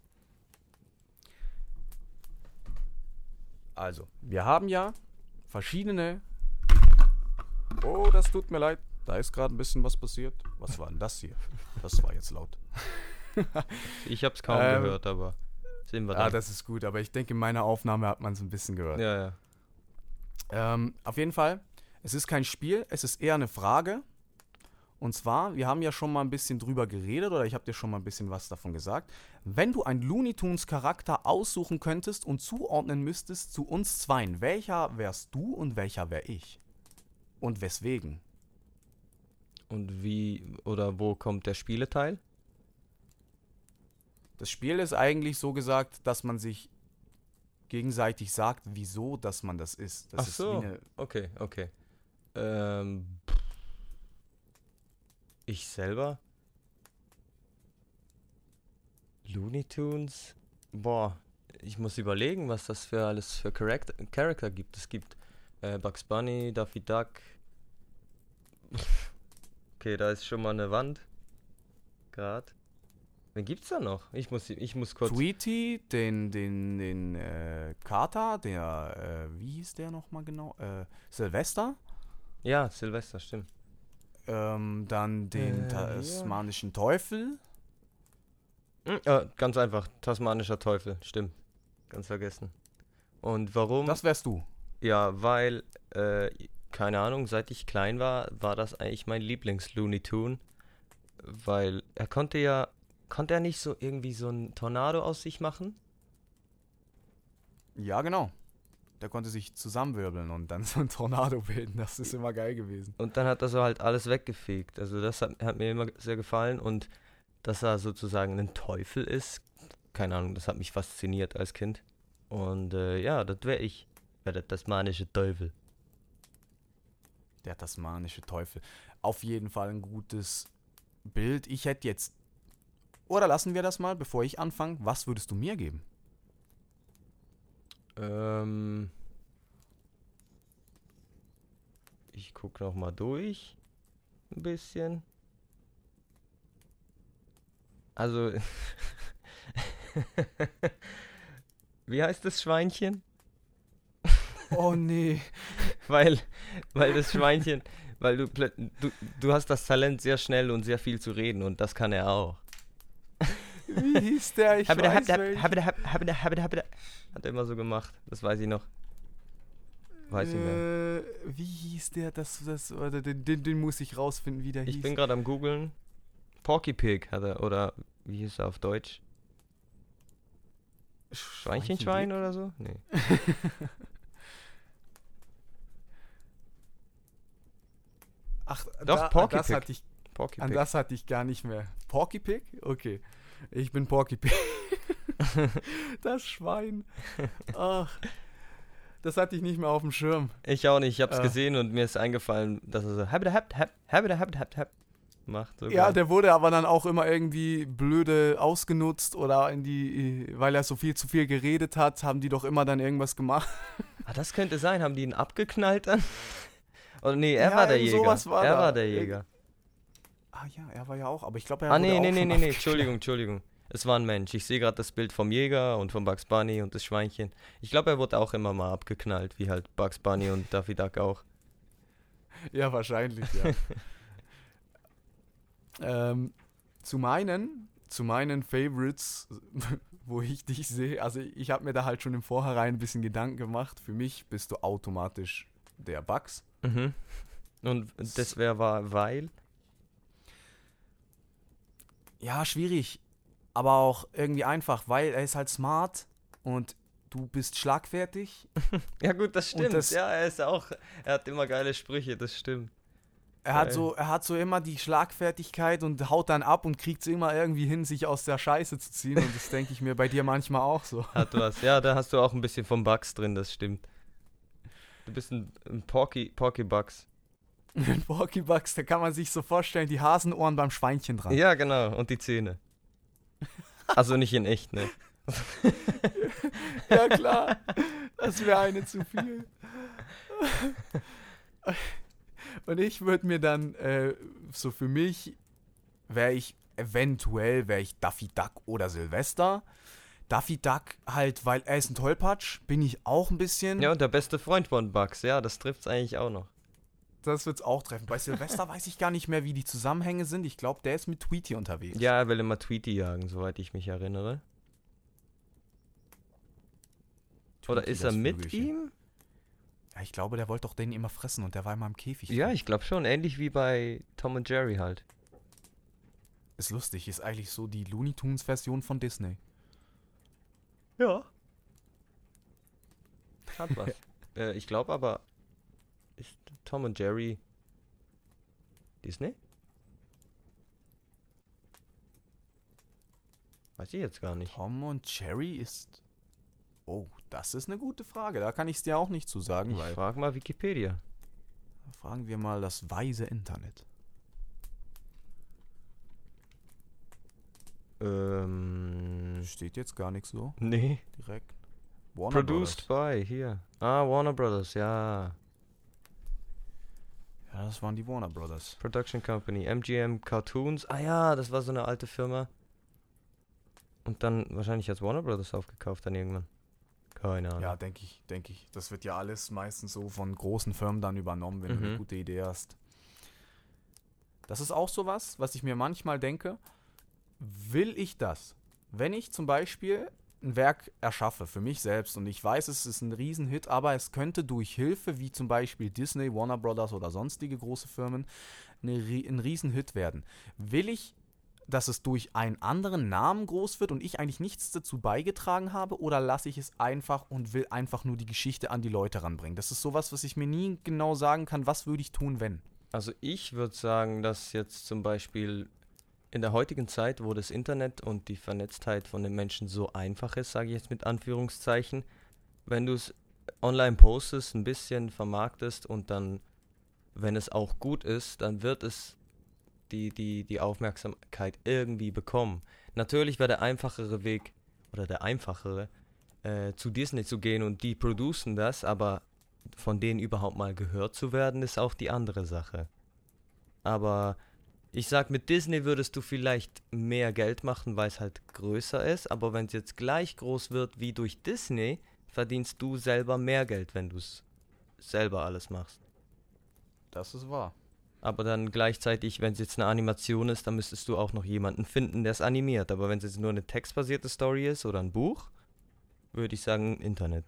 Also, wir haben ja verschiedene. Oh, das tut mir leid. Da ist gerade ein bisschen was passiert. Was war denn das hier? Das war jetzt laut. Ich hab's kaum gehört, aber sehen wir dann. Das ist gut, aber ich denke, in meiner Aufnahme hat man es ein bisschen gehört. Ja. Auf jeden Fall, es ist kein Spiel, es ist eher eine Frage. Und zwar, wir haben ja schon mal ein bisschen drüber geredet, oder ich habe dir schon mal ein bisschen was davon gesagt. Wenn du einen Looney Tunes Charakter aussuchen könntest und zuordnen müsstest zu uns zweien, welcher wärst du und welcher wär ich? Und weswegen? Und wie oder wo kommt der Spieleteil? Das Spiel ist eigentlich so gesagt, dass man sich gegenseitig sagt, wieso, dass man das ist. Das Ach ist so, wie eine okay. Ich selber? Looney Tunes? Boah, ich muss überlegen, was das für alles für Charakter gibt. Es gibt Bugs Bunny, Daffy Duck. Okay, da ist schon mal eine Wand. Gerade. Wen gibt's da noch? Ich muss kurz. Tweety, den Carter, wie hieß der nochmal genau? Sylvester. Ja, Silvester, stimmt. Dann den tasmanischen Teufel. Ganz einfach, tasmanischer Teufel, stimmt. Ganz vergessen. Und warum? Das wärst du. Ja, weil, keine Ahnung, seit ich klein war das eigentlich mein Lieblings-Looney Tune. Weil konnte er nicht so irgendwie so ein Tornado aus sich machen? Ja, genau. Der konnte sich zusammenwirbeln und dann so ein Tornado bilden. Das ist immer geil gewesen. Und dann hat er so halt alles weggefegt. Also das hat mir immer sehr gefallen. Und dass er sozusagen ein Teufel ist, keine Ahnung, das hat mich fasziniert als Kind. Und ja, das wäre ich. Wäre der tasmanische Teufel. Der tasmanische Teufel. Auf jeden Fall ein gutes Bild. Ich hätte jetzt... Oder lassen wir das mal, bevor ich anfange. Was würdest du mir geben? Ich gucke noch mal durch. Ein bisschen. Also... Wie heißt das Schweinchen? Oh nee. Weil das Schweinchen, weil du hast das Talent, sehr schnell und sehr viel zu reden und das kann er auch. Wie hieß der? Ich weiß welchen. Hat er immer so gemacht, das weiß ich noch. Weiß ich mehr. Wie hieß der? Oder den muss ich rausfinden, wie der hieß. Ich bin gerade am googeln. Porky Pig hat er, oder wie hieß er auf Deutsch? Schweinchenschwein oder so? Nee. Ach, doch, Porky das Pig. hatte ich, Porky an Pig. das hatte ich gar nicht mehr. Porky Pig? Okay. Ich bin Porky Pig. Das Schwein. Ach, das hatte ich nicht mehr auf dem Schirm. Ich auch nicht, ich hab's gesehen und mir ist eingefallen, dass er so macht. So Ja, geil. der wurde aber dann auch immer irgendwie blöde ausgenutzt oder weil er so viel zu viel geredet hat, haben die doch immer dann irgendwas gemacht. Ah, das könnte sein, haben die ihn abgeknallt dann? Oder nee, er Ja, war der irgend Jäger. sowas war Er da. war der Jäger. Ah ja, er war ja auch, aber ich glaube, er Ah, wurde nee, auch nee, schon nee, nee, abgeknallt. Entschuldigung. Es war ein Mensch. Ich sehe gerade das Bild vom Jäger und von Bugs Bunny und das Schweinchen. Ich glaube, er wurde auch immer mal abgeknallt, wie halt Bugs Bunny und Daffy Duck auch. Ja, wahrscheinlich, ja. Zu meinen Favorites, wo ich dich sehe, also ich habe mir da halt schon im Vorhinein ein bisschen Gedanken gemacht. Für mich bist du automatisch der Bugs. Mhm. Und das war weil? Ja, schwierig, aber auch irgendwie einfach, weil er ist halt smart und du bist schlagfertig. Ja gut, das Und stimmt. das- Ja, er hat immer geile Sprüche, das stimmt. Er hat so immer die Schlagfertigkeit und haut dann ab und kriegt es immer irgendwie hin, sich aus der Scheiße zu ziehen. Und das denke ich mir bei dir manchmal auch so. Hat was. Ja, da hast du auch ein bisschen vom Bugs drin, das stimmt. Du bist ein Porky Bugs. Ein Porky Bugs, da kann man sich so vorstellen, die Hasenohren beim Schweinchen dran. Ja, genau. Und die Zähne. Also nicht in echt, ne? Ja, klar. Das wäre eine zu viel. Und ich würde mir dann, so für mich, wäre ich Daffy Duck oder Silvester. Daffy Duck halt, weil er ist ein Tollpatsch, bin ich auch ein bisschen. Ja, und der beste Freund von Bugs, ja, das trifft's eigentlich auch noch. Das wird's auch treffen. Bei Silvester weiß ich gar nicht mehr, wie die Zusammenhänge sind. Ich glaube, der ist mit Tweety unterwegs. Ja, er will immer Tweety jagen, soweit ich mich erinnere. Oder Tweety, ist er das mit Vögelchen. ihm? Ja, ich glaube, der wollte doch den immer fressen und der war immer im Käfig. Ja, ich glaube schon. Ähnlich wie bei Tom und Jerry halt. Ist lustig, ist eigentlich so die Looney Tunes Version von Disney. Ja. Hat was. Ich glaube aber, ist Tom und Jerry Disney? Weiß ich jetzt gar nicht. Tom und Jerry ist... Oh, das ist eine gute Frage. Da kann ich es dir auch nicht zu sagen, Ich weil... frage mal Wikipedia. Fragen wir mal das weise Internet. Steht jetzt gar nichts so Nee. direkt. Warner Produced Brothers. by, hier. Ah, Warner Brothers, ja. Ja, das waren die Warner Brothers. Production Company, MGM Cartoons. Ah ja, das war so eine alte Firma. Und dann wahrscheinlich hat Warner Brothers aufgekauft dann irgendwann. Keine Ahnung. Ja, denke ich. Das wird ja alles meistens so von großen Firmen dann übernommen, wenn du eine gute Idee hast. Das ist auch sowas, was ich mir manchmal denke. Will ich das? Wenn ich zum Beispiel ein Werk erschaffe für mich selbst und ich weiß, es ist ein Riesenhit, aber es könnte durch Hilfe, wie zum Beispiel Disney, Warner Brothers oder sonstige große Firmen, ein Riesenhit werden. Will ich, dass es durch einen anderen Namen groß wird und ich eigentlich nichts dazu beigetragen habe, oder lasse ich es einfach und will einfach nur die Geschichte an die Leute ranbringen? Das ist sowas, was ich mir nie genau sagen kann, was würde ich tun, wenn. Also ich würde sagen, dass jetzt zum Beispiel in der heutigen Zeit, wo das Internet und die Vernetztheit von den Menschen so einfach ist, sage ich jetzt mit Anführungszeichen, wenn du es online postest, ein bisschen vermarktest und dann, wenn es auch gut ist, dann wird es die Aufmerksamkeit irgendwie bekommen. Natürlich wäre der einfachere Weg, oder der einfachere, zu Disney zu gehen und die producen das, aber von denen überhaupt mal gehört zu werden, ist auch die andere Sache. Aber ich sag, mit Disney würdest du vielleicht mehr Geld machen, weil es halt größer ist, aber wenn es jetzt gleich groß wird wie durch Disney, verdienst du selber mehr Geld, wenn du es selber alles machst. Das ist wahr. Aber dann gleichzeitig, wenn es jetzt eine Animation ist, dann müsstest du auch noch jemanden finden, der es animiert. Aber wenn es jetzt nur eine textbasierte Story ist oder ein Buch, würde ich sagen Internet.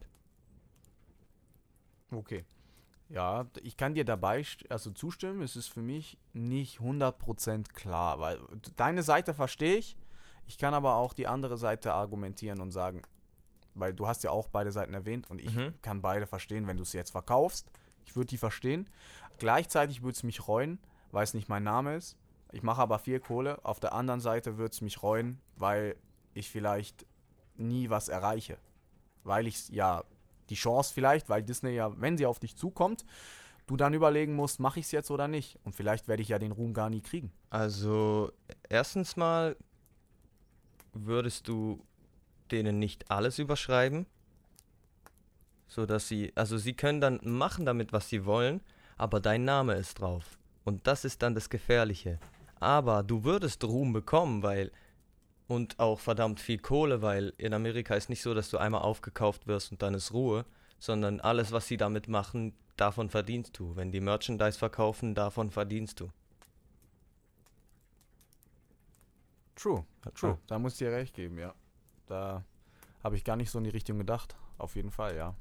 Okay. Ja, ich kann dir dabei zustimmen. Es ist für mich nicht 100% klar, weil deine Seite verstehe ich. Ich kann aber auch die andere Seite argumentieren und sagen, weil du hast ja auch beide Seiten erwähnt und ich kann beide verstehen, wenn du es jetzt verkaufst. Ich würde die verstehen. Gleichzeitig würde es mich reuen, weil es nicht mein Name ist. Ich mache aber viel Kohle. Auf der anderen Seite würde es mich reuen, weil ich vielleicht nie was erreiche. Weil ich ja die Chance vielleicht, weil Disney ja, wenn sie auf dich zukommt, du dann überlegen musst, mache ich es jetzt oder nicht. Und vielleicht werde ich ja den Ruhm gar nie kriegen. Also, erstens mal würdest du denen nicht alles überschreiben, sodass sie können dann machen damit, was sie wollen, aber dein Name ist drauf. Und das ist dann das Gefährliche. Aber du würdest Ruhm bekommen, und auch verdammt viel Kohle, weil in Amerika ist nicht so, dass du einmal aufgekauft wirst und dann ist Ruhe, sondern alles, was sie damit machen, davon verdienst du. Wenn die Merchandise verkaufen, davon verdienst du. True. Da muss ich dir recht geben, ja. Da habe ich gar nicht so in die Richtung gedacht. Auf jeden Fall, ja.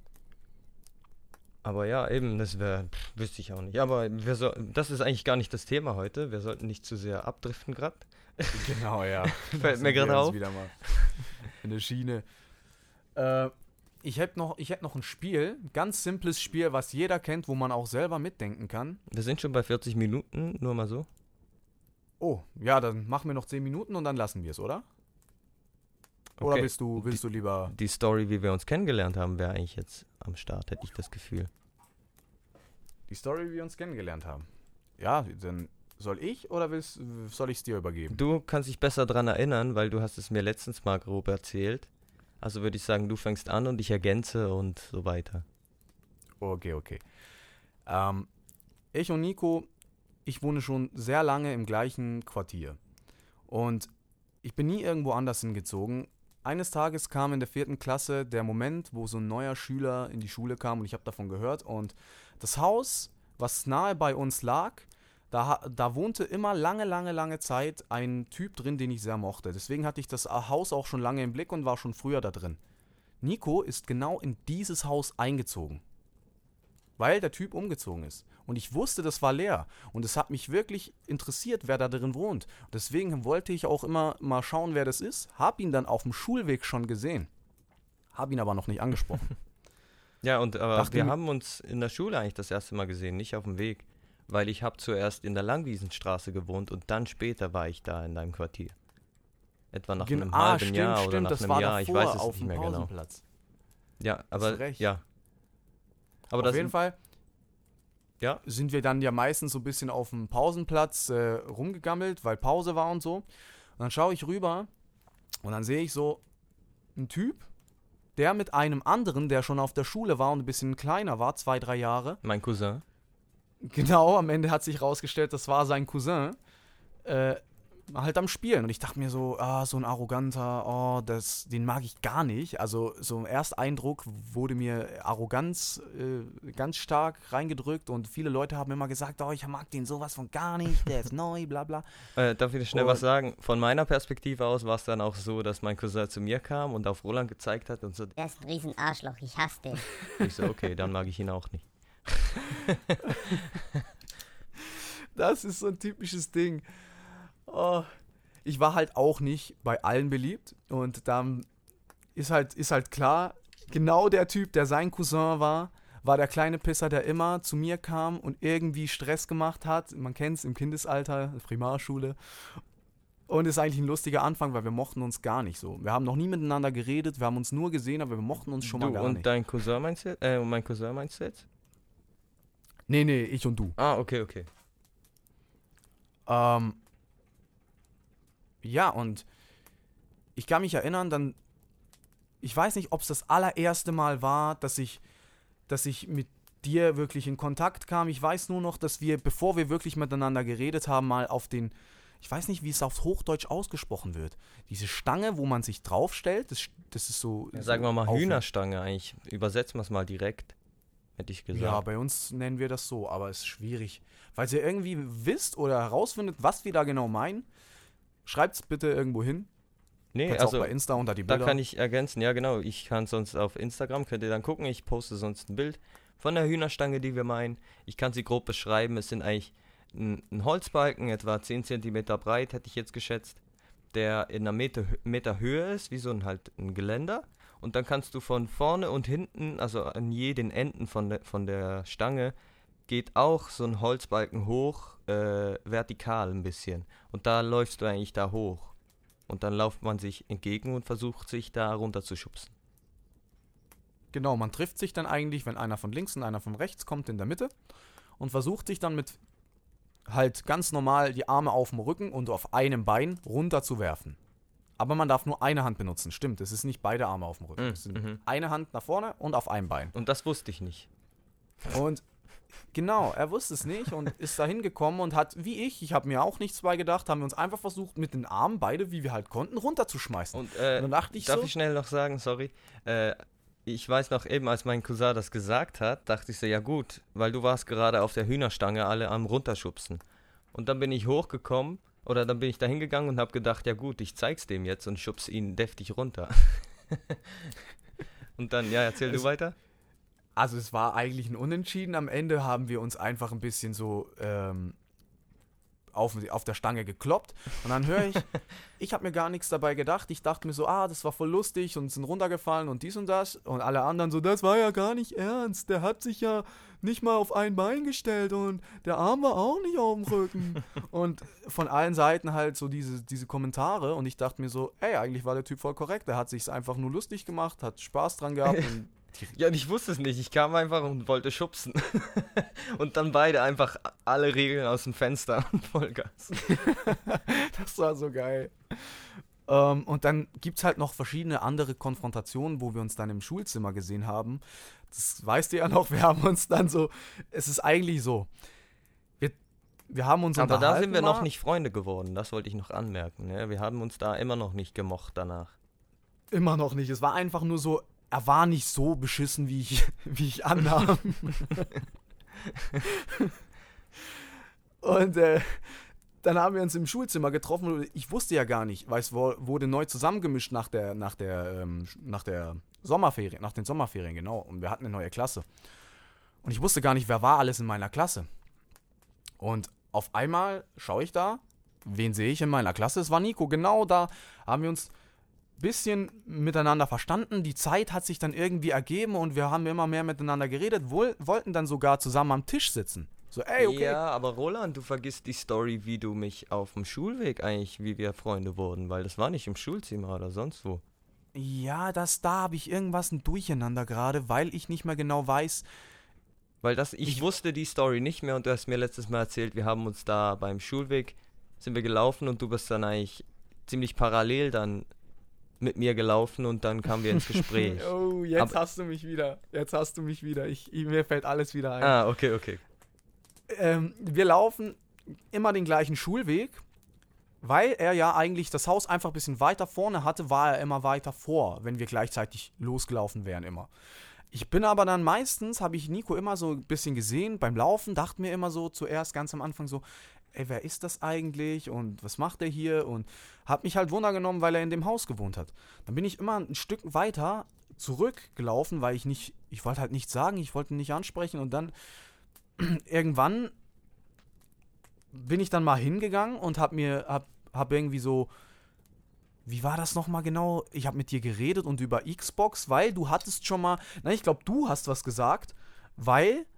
Aber ja, eben, wüsste ich auch nicht. Aber das ist eigentlich gar nicht das Thema heute. Wir sollten nicht zu sehr abdriften gerade. Genau, ja. Fällt mir gerade auf. Wieder mal in der Schiene. Ich hätte noch ein Spiel, ein ganz simples Spiel, was jeder kennt, wo man auch selber mitdenken kann. Wir sind schon bei 40 Minuten, nur mal so. Oh, ja, dann machen wir noch 10 Minuten und dann lassen wir es, oder? Oder Okay. willst du lieber... Die Story, wie wir uns kennengelernt haben, wäre eigentlich jetzt am Start, hätte ich das Gefühl. Die Story, wie wir uns kennengelernt haben. Ja, dann soll ich oder soll ich es dir übergeben? Du kannst dich besser dran erinnern, weil du hast es mir letztens mal grob erzählt. Also würde ich sagen, du fängst an und ich ergänze und so weiter. Okay. Ich und Nico, ich wohne schon sehr lange im gleichen Quartier. Und ich bin nie irgendwo anders hingezogen. Eines Tages kam in der 4. Klasse der Moment, wo so ein neuer Schüler in die Schule kam und ich habe davon gehört. Und das Haus, was nahe bei uns lag, da wohnte immer lange Zeit ein Typ drin, den ich sehr mochte. Deswegen hatte ich das Haus auch schon lange im Blick und war schon früher da drin. Nico ist genau in dieses Haus eingezogen, weil der Typ umgezogen ist. Und ich wusste, das war leer. Und es hat mich wirklich interessiert, wer da drin wohnt. Deswegen wollte ich auch immer mal schauen, wer das ist. Hab ihn dann auf dem Schulweg schon gesehen. Hab ihn aber noch nicht angesprochen. Ja, und wir haben uns in der Schule eigentlich das erste Mal gesehen, nicht auf dem Weg. Weil ich habe zuerst in der Langwiesenstraße gewohnt und dann später war ich da in deinem Quartier. Etwa nach einem halben Jahr oder nach einem Jahr, ich weiß es nicht mehr genau. Ja, aber recht. ja. Aber auf jeden Fall sind wir dann ja meistens so ein bisschen auf dem Pausenplatz rumgegammelt, weil Pause war und so. Und dann schaue ich rüber und dann sehe ich so einen Typ, der mit einem anderen, der schon auf der Schule war und ein bisschen kleiner war, 2-3 Jahre. Mein Cousin. Genau, am Ende hat sich rausgestellt, das war sein Cousin, halt am Spielen. Und ich dachte mir so, so ein arroganter, den mag ich gar nicht. Also so im Ersteindruck wurde mir Arroganz ganz stark reingedrückt und viele Leute haben immer gesagt, ich mag den sowas von gar nicht, der ist neu, bla bla. Darf ich dir schnell was sagen? Von meiner Perspektive aus war es dann auch so, dass mein Cousin zu mir kam und auf Roland gezeigt hat und so. Der ist ein riesen Arschloch, ich hasse den. Ich so, okay, dann mag ich ihn auch nicht. Das ist so ein typisches Ding. Ich war halt auch nicht bei allen beliebt und dann ist halt klar, genau der Typ, der sein Cousin war der kleine Pisser, der immer zu mir kam und irgendwie Stress gemacht hat. Man kennt es im Kindesalter, Primarschule. Und ist eigentlich ein lustiger Anfang, weil wir mochten uns gar nicht so. Wir haben noch nie miteinander geredet, wir haben uns nur gesehen, aber wir mochten uns schon mal gar und nicht. dein Cousin meinst du? Und mein Cousin meinst du jetzt? Nee, ich und du. Ah, okay. Ja, und ich kann mich erinnern, ich weiß nicht, ob es das allererste Mal war, dass ich mit dir wirklich in Kontakt kam. Ich weiß nur noch, dass wir, bevor wir wirklich miteinander geredet haben, mal auf den, ich weiß nicht, wie es auf Hochdeutsch ausgesprochen wird. Diese Stange, wo man sich draufstellt, das ist so... Ja, sagen wir mal auf- Hühnerstange eigentlich. Übersetzen wir es mal direkt, hätte ich gesagt. Ja, bei uns nennen wir das so, aber es ist schwierig. Falls ihr irgendwie wisst oder herausfindet, was wir da genau meinen, schreibt es bitte irgendwo hin. Nee, Kannst also auch bei Insta unter die da Bilder. kann ich ergänzen, ja genau, ich kann sonst auf Instagram, könnt ihr dann gucken, ich poste sonst ein Bild von der Hühnerstange, die wir meinen. Ich kann sie grob beschreiben, es sind eigentlich ein Holzbalken, etwa 10 cm breit, hätte ich jetzt geschätzt, der in einer Meter Höhe ist, wie so ein Geländer. Und dann kannst du von vorne und hinten, also an jeden Enden von der Stange, geht auch so ein Holzbalken hoch, vertikal ein bisschen. Und da läufst du eigentlich da hoch. Und dann lauft man sich entgegen und versucht sich da runter zu schubsen. Genau, man trifft sich dann eigentlich, wenn einer von links und einer von rechts kommt, in der Mitte und versucht sich dann mit halt ganz normal die Arme auf dem Rücken und auf einem Bein runter zu werfen. Aber man darf nur eine Hand benutzen, stimmt, es ist nicht beide Arme auf dem Rücken. Es sind eine Hand nach vorne und auf einem Bein. Und das wusste ich nicht. Und genau, er wusste es nicht und ist da hingekommen und hat, wie ich habe mir auch nichts bei gedacht, haben wir uns einfach versucht, mit den Armen beide, wie wir halt konnten, runterzuschmeißen. Und dann dachte ich darf so, ich schnell noch sagen, sorry, ich weiß noch eben, als mein Cousin das gesagt hat, dachte ich so, ja gut, weil du warst gerade auf der Hühnerstange alle am runterschubsen. Und dann bin ich hochgekommen, oder dann bin ich da hingegangen und habe gedacht, ja gut, ich zeig's dem jetzt und schubs ihn deftig runter. Und dann, ja, erzähl du weiter. also es war eigentlich ein Unentschieden. Am Ende haben wir uns einfach ein bisschen so auf der Stange gekloppt. Und dann höre ich habe mir gar nichts dabei gedacht. Ich dachte mir so, das war voll lustig und sind runtergefallen und dies und das. Und alle anderen so, das war ja gar nicht ernst. Der hat sich ja nicht mal auf ein Bein gestellt und der Arm war auch nicht auf dem Rücken. Und von allen Seiten halt so diese Kommentare. Und ich dachte mir so, eigentlich war der Typ voll korrekt. Der hat sich's einfach nur lustig gemacht, hat Spaß dran gehabt und Ja, und ich wusste es nicht. Ich kam einfach und wollte schubsen. Und dann beide einfach alle Regeln aus dem Fenster und Vollgas. das war so geil. Und dann gibt es halt noch verschiedene andere Konfrontationen, wo wir uns dann im Schulzimmer gesehen haben. Das weißt du ja noch, wir haben uns dann so, es ist eigentlich so, wir haben uns Aber da sind wir mal. noch nicht Freunde geworden, das wollte ich noch anmerken. Ne? Wir haben uns da immer noch nicht gemocht danach. Immer noch nicht, es war einfach nur so, er war nicht so beschissen, wie ich annahm. Und dann haben wir uns im Schulzimmer getroffen und ich wusste ja gar nicht, weil es wurde neu zusammengemischt nach der Sommerferien, nach den Sommerferien, genau. Und wir hatten eine neue Klasse. Und ich wusste gar nicht, wer war alles in meiner Klasse. Und auf einmal schaue ich da, wen sehe ich in meiner Klasse? Es war Nico, genau da haben wir uns bisschen miteinander verstanden, die Zeit hat sich dann irgendwie ergeben und wir haben immer mehr miteinander geredet, wollten dann sogar zusammen am Tisch sitzen. So, okay. Ja, aber Roland, du vergisst die Story, wie du mich auf dem Schulweg eigentlich, wie wir Freunde wurden, weil das war nicht im Schulzimmer oder sonst wo. Ja, da habe ich irgendwas ein Durcheinander gerade, weil ich nicht mehr genau weiß. Weil ich wusste die Story nicht mehr und du hast mir letztes Mal erzählt, wir haben uns da beim Schulweg, sind wir gelaufen und du bist dann eigentlich ziemlich parallel dann mit mir gelaufen und dann kamen wir ins Gespräch. Oh, jetzt hast du mich wieder. Mir fällt alles wieder ein. Ah, okay. Wir laufen immer den gleichen Schulweg, weil er ja eigentlich das Haus einfach ein bisschen weiter vorne hatte, war er immer weiter vor, wenn wir gleichzeitig losgelaufen wären immer. Ich bin aber dann meistens, habe ich Nico immer so ein bisschen gesehen beim Laufen, dachte mir immer so zuerst ganz am Anfang so, wer ist das eigentlich und was macht er hier und hab mich halt wundergenommen, weil er in dem Haus gewohnt hat. Dann bin ich immer ein Stück weiter zurückgelaufen, weil ich wollte halt nichts sagen, ich wollte ihn nicht ansprechen und dann irgendwann bin ich dann mal hingegangen und hab irgendwie so, wie war das nochmal genau? Ich habe mit dir geredet und über Xbox, weil du hattest schon mal, ich glaube, du hast was gesagt, weil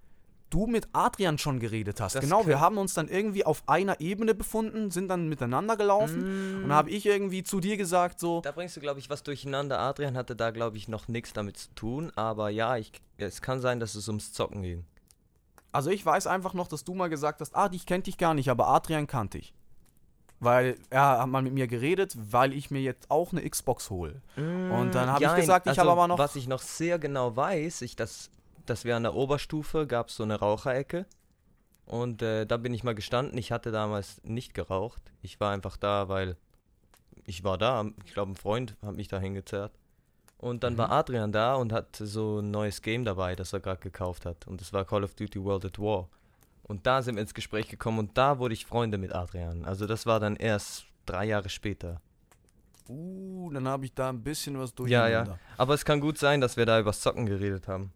du mit Adrian schon geredet hast. Das Genau, wir kann- haben uns dann irgendwie auf einer Ebene befunden, sind dann miteinander gelaufen und dann habe ich irgendwie zu dir gesagt so, Da bringst du, glaube ich, was durcheinander. Adrian hatte da, glaube ich, noch nichts damit zu tun. Aber ja, es kann sein, dass es ums Zocken ging. also ich weiß einfach noch, dass du mal gesagt hast, ich kenn dich gar nicht, aber Adrian kannte ich. Weil er hat mal mit mir geredet, weil ich mir jetzt auch eine Xbox hole. Und dann habe ich gesagt, ich habe aber noch... Was ich noch sehr genau weiß, dass wir an der Oberstufe gab es so eine Raucherecke. Und da bin ich mal gestanden. Ich hatte damals nicht geraucht. Ich war einfach da, weil ich war da. Ich glaube, ein Freund hat mich da hingezerrt. Und dann war Adrian da und hat so ein neues Game dabei, das er gerade gekauft hat. Und das war Call of Duty World at War. Und da sind wir ins Gespräch gekommen und da wurde ich Freunde mit Adrian. Also das war dann erst 3 Jahre später. Dann habe ich da ein bisschen was Ja, durcheinander. ja. Aber es kann gut sein, dass wir da übers Zocken geredet haben.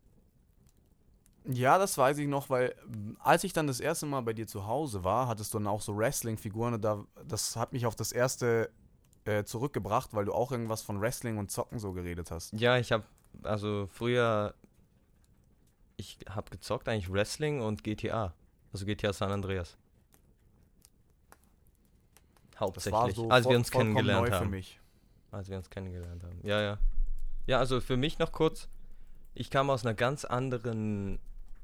Ja, das weiß ich noch, weil als ich dann das erste Mal bei dir zu Hause war, hattest du dann auch so Wrestling-Figuren und das hat mich auf das erste zurückgebracht, weil du auch irgendwas von Wrestling und Zocken so geredet hast. Ja, ich habe gezockt eigentlich Wrestling und GTA. Also GTA San Andreas. Das Hauptsächlich, war so als wir uns vollkommen kennengelernt neu haben. für mich. Als wir uns kennengelernt haben. Ja, ja. Ja, also für mich noch kurz, ich kam aus einer ganz anderen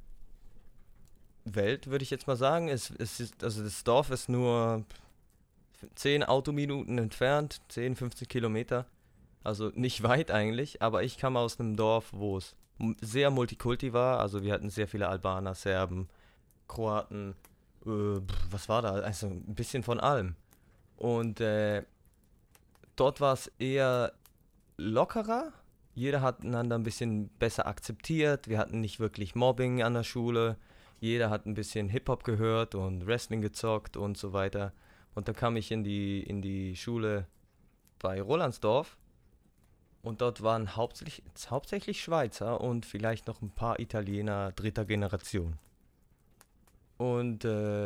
Welt, würde ich jetzt mal sagen. Also das Dorf ist nur 10 Autominuten entfernt, 10, 15 Kilometer. Also nicht weit eigentlich, aber ich kam aus einem Dorf, wo es sehr Multikulti war. Also wir hatten sehr viele Albaner, Serben, Kroaten, was war da? Also ein bisschen von allem. Und dort war es eher lockerer. Jeder hat einander ein bisschen besser akzeptiert. Wir hatten nicht wirklich Mobbing an der Schule. Jeder hat ein bisschen Hip-Hop gehört und Wrestling gezockt und so weiter. Und dann kam ich in die Schule bei Rolandsdorf. Und dort waren hauptsächlich Schweizer und vielleicht noch ein paar Italiener dritter Generation. Und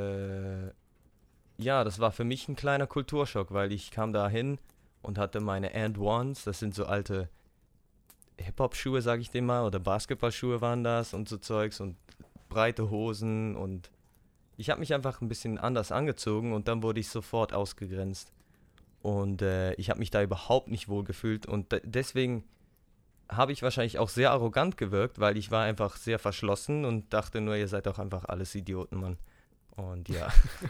ja, das war für mich ein kleiner Kulturschock, weil ich kam da hin und hatte meine And Ones, das sind so alte Hip-Hop-Schuhe, sag ich dem mal, oder Basketballschuhe waren das und so Zeugs und breite Hosen und ich habe mich einfach ein bisschen anders angezogen und dann wurde ich sofort ausgegrenzt. Und ich habe mich da überhaupt nicht wohl gefühlt und deswegen habe ich wahrscheinlich auch sehr arrogant gewirkt, weil ich war einfach sehr verschlossen und dachte nur, ihr seid doch einfach alles Idioten, Mann. Und ja.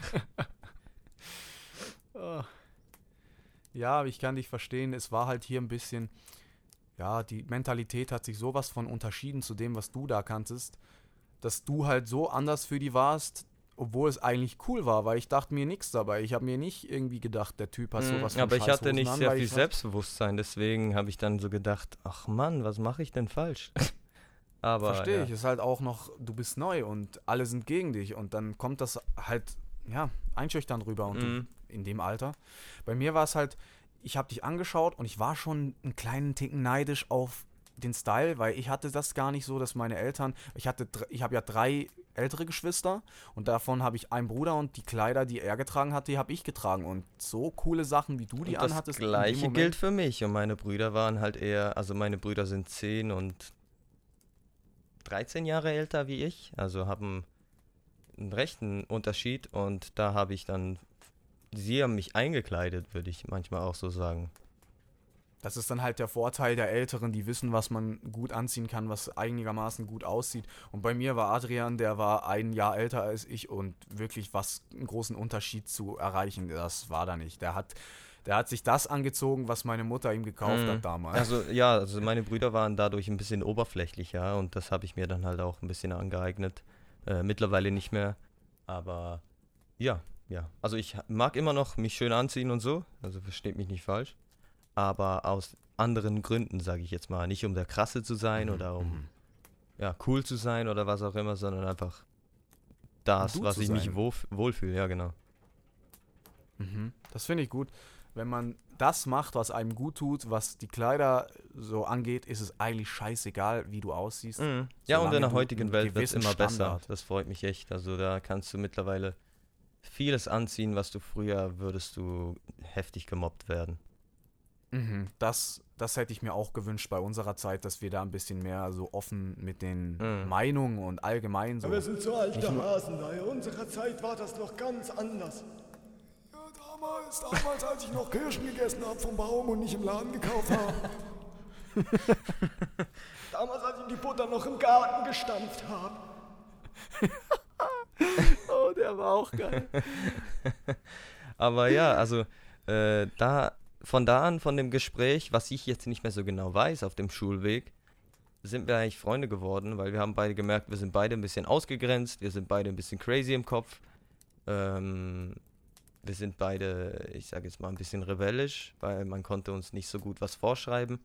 Ja, aber ich kann dich verstehen. Es war halt hier ein bisschen, ja, die Mentalität hat sich sowas von unterschieden zu dem, was du da kanntest, dass du halt so anders für die warst, obwohl es eigentlich cool war, weil ich dachte mir nichts dabei. Ich habe mir nicht irgendwie gedacht, der Typ hat sowas von Aber ich hatte Scheißhosen nicht an, sehr weil viel ich Selbstbewusstsein, deswegen habe ich dann so gedacht, ach Mann, was mache ich denn falsch? Aber verstehe ja. ich, ist halt auch noch, du bist neu und alle sind gegen dich und dann kommt das halt, ja, einschüchternd rüber und du in dem Alter. Bei mir war es halt, ich habe dich angeschaut und ich war schon einen kleinen Ticken neidisch auf den Style, weil ich hatte das gar nicht so, dass meine Eltern, ich habe ja 3 ältere Geschwister und davon habe ich einen Bruder und die Kleider, die er getragen hat, die habe ich getragen und so coole Sachen, wie du die Und das anhattest. Gleiche gilt für mich und meine Brüder waren halt eher, also meine Brüder sind 10 und 13 Jahre älter wie ich, also haben einen rechten Unterschied und da habe ich dann, sie haben mich eingekleidet, würde ich manchmal auch so sagen. Das ist dann halt der Vorteil der Älteren, die wissen, was man gut anziehen kann, was einigermaßen gut aussieht. Und bei mir war Adrian, der war 1 Jahr älter als ich und wirklich einen großen Unterschied zu erreichen, das war da nicht. Der hat sich das angezogen, was meine Mutter ihm gekauft hat damals. Also ja, also meine Brüder waren dadurch ein bisschen oberflächlicher und das habe ich mir dann halt auch ein bisschen angeeignet. Mittlerweile nicht mehr, aber ja. Also ich mag immer noch mich schön anziehen und so, also versteht mich nicht falsch. Aber aus anderen Gründen, sage ich jetzt mal. Nicht um der Krasse zu sein oder um cool zu sein oder was auch immer, sondern einfach das, was ich mich wohlfühle. Ja, genau. Das finde ich gut. Wenn man das macht, was einem gut tut, was die Kleider so angeht, ist es eigentlich scheißegal, wie du aussiehst. Ja, und in der du heutigen einen Welt wird es gewissen immer besser. Standard. Das freut mich echt. Also da kannst du mittlerweile vieles anziehen, was du früher würdest du heftig gemobbt werden. Das das hätte ich mir auch gewünscht bei unserer Zeit, dass wir da ein bisschen mehr so offen mit den Meinungen und allgemein so. Wir sind so alte Hasen, bei unserer Zeit war das noch ganz anders. Ja, damals, als ich noch Kirschen gegessen habe vom Baum und nicht im Laden gekauft habe. Damals, als ich die Butter noch im Garten gestampft habe. Oh, der war auch geil. Aber ja, also von da an, von dem Gespräch, was ich jetzt nicht mehr so genau weiß auf dem Schulweg, sind wir eigentlich Freunde geworden, weil wir haben beide gemerkt, wir sind beide ein bisschen ausgegrenzt, wir sind beide ein bisschen crazy im Kopf. Wir sind beide, ich sage jetzt mal, ein bisschen rebellisch, weil man konnte uns nicht so gut was vorschreiben.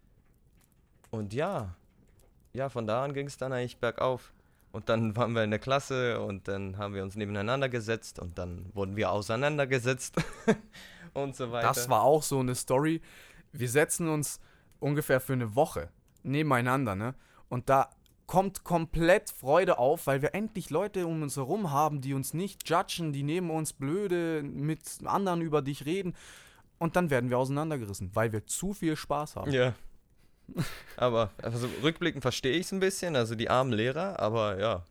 Und ja, von da an ging es dann eigentlich bergauf. Und dann waren wir in der Klasse und dann haben wir uns nebeneinander gesetzt und dann wurden wir auseinandergesetzt und so weiter. Das war auch so eine Story. Wir setzen uns ungefähr für eine Woche nebeneinander, ne? Und da kommt komplett Freude auf, weil wir endlich Leute um uns herum haben, die uns nicht judgen, die neben uns blöde mit anderen über dich reden. Und dann werden wir auseinandergerissen, weil wir zu viel Spaß haben. Ja. Aber also rückblickend verstehe ich es ein bisschen, also die armen Lehrer, aber ja.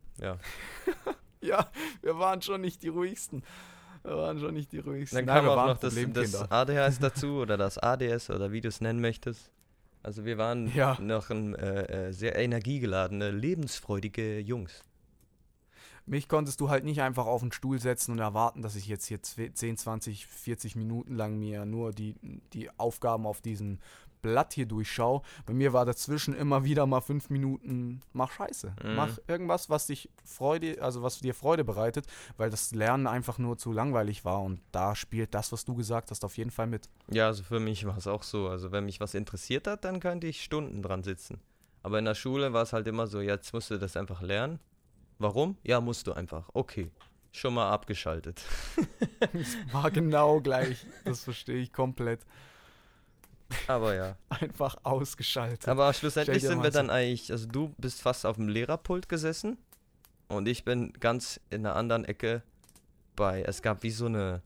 Ja, wir waren schon nicht die ruhigsten. Dann Nein, kam wir auch waren noch das ADHS dazu oder das ADS oder wie du es nennen möchtest. Also wir waren noch sehr energiegeladene, lebensfreudige Jungs. Mich konntest du halt nicht einfach auf den Stuhl setzen und erwarten, dass ich jetzt hier 10, 20, 40 Minuten lang mir nur die Aufgaben auf diesem Blatt hier durchschaue. Bei mir war dazwischen immer wieder mal 5 Minuten, mach Scheiße. Mach irgendwas, was dir Freude bereitet, weil das Lernen einfach nur zu langweilig war und da spielt das, was du gesagt hast, auf jeden Fall mit. Ja, also für mich war es auch so. Also wenn mich was interessiert hat, dann könnte ich Stunden dran sitzen. Aber in der Schule war es halt immer so, jetzt musst du das einfach lernen. Warum? Ja, musst du einfach. Okay, schon mal abgeschaltet. Das war genau gleich. Das verstehe ich komplett. Aber ja. Einfach ausgeschaltet. Aber schlussendlich sind wir dann eigentlich, also du bist fast auf dem Lehrerpult gesessen und ich bin ganz in einer anderen Ecke es gab wie so eine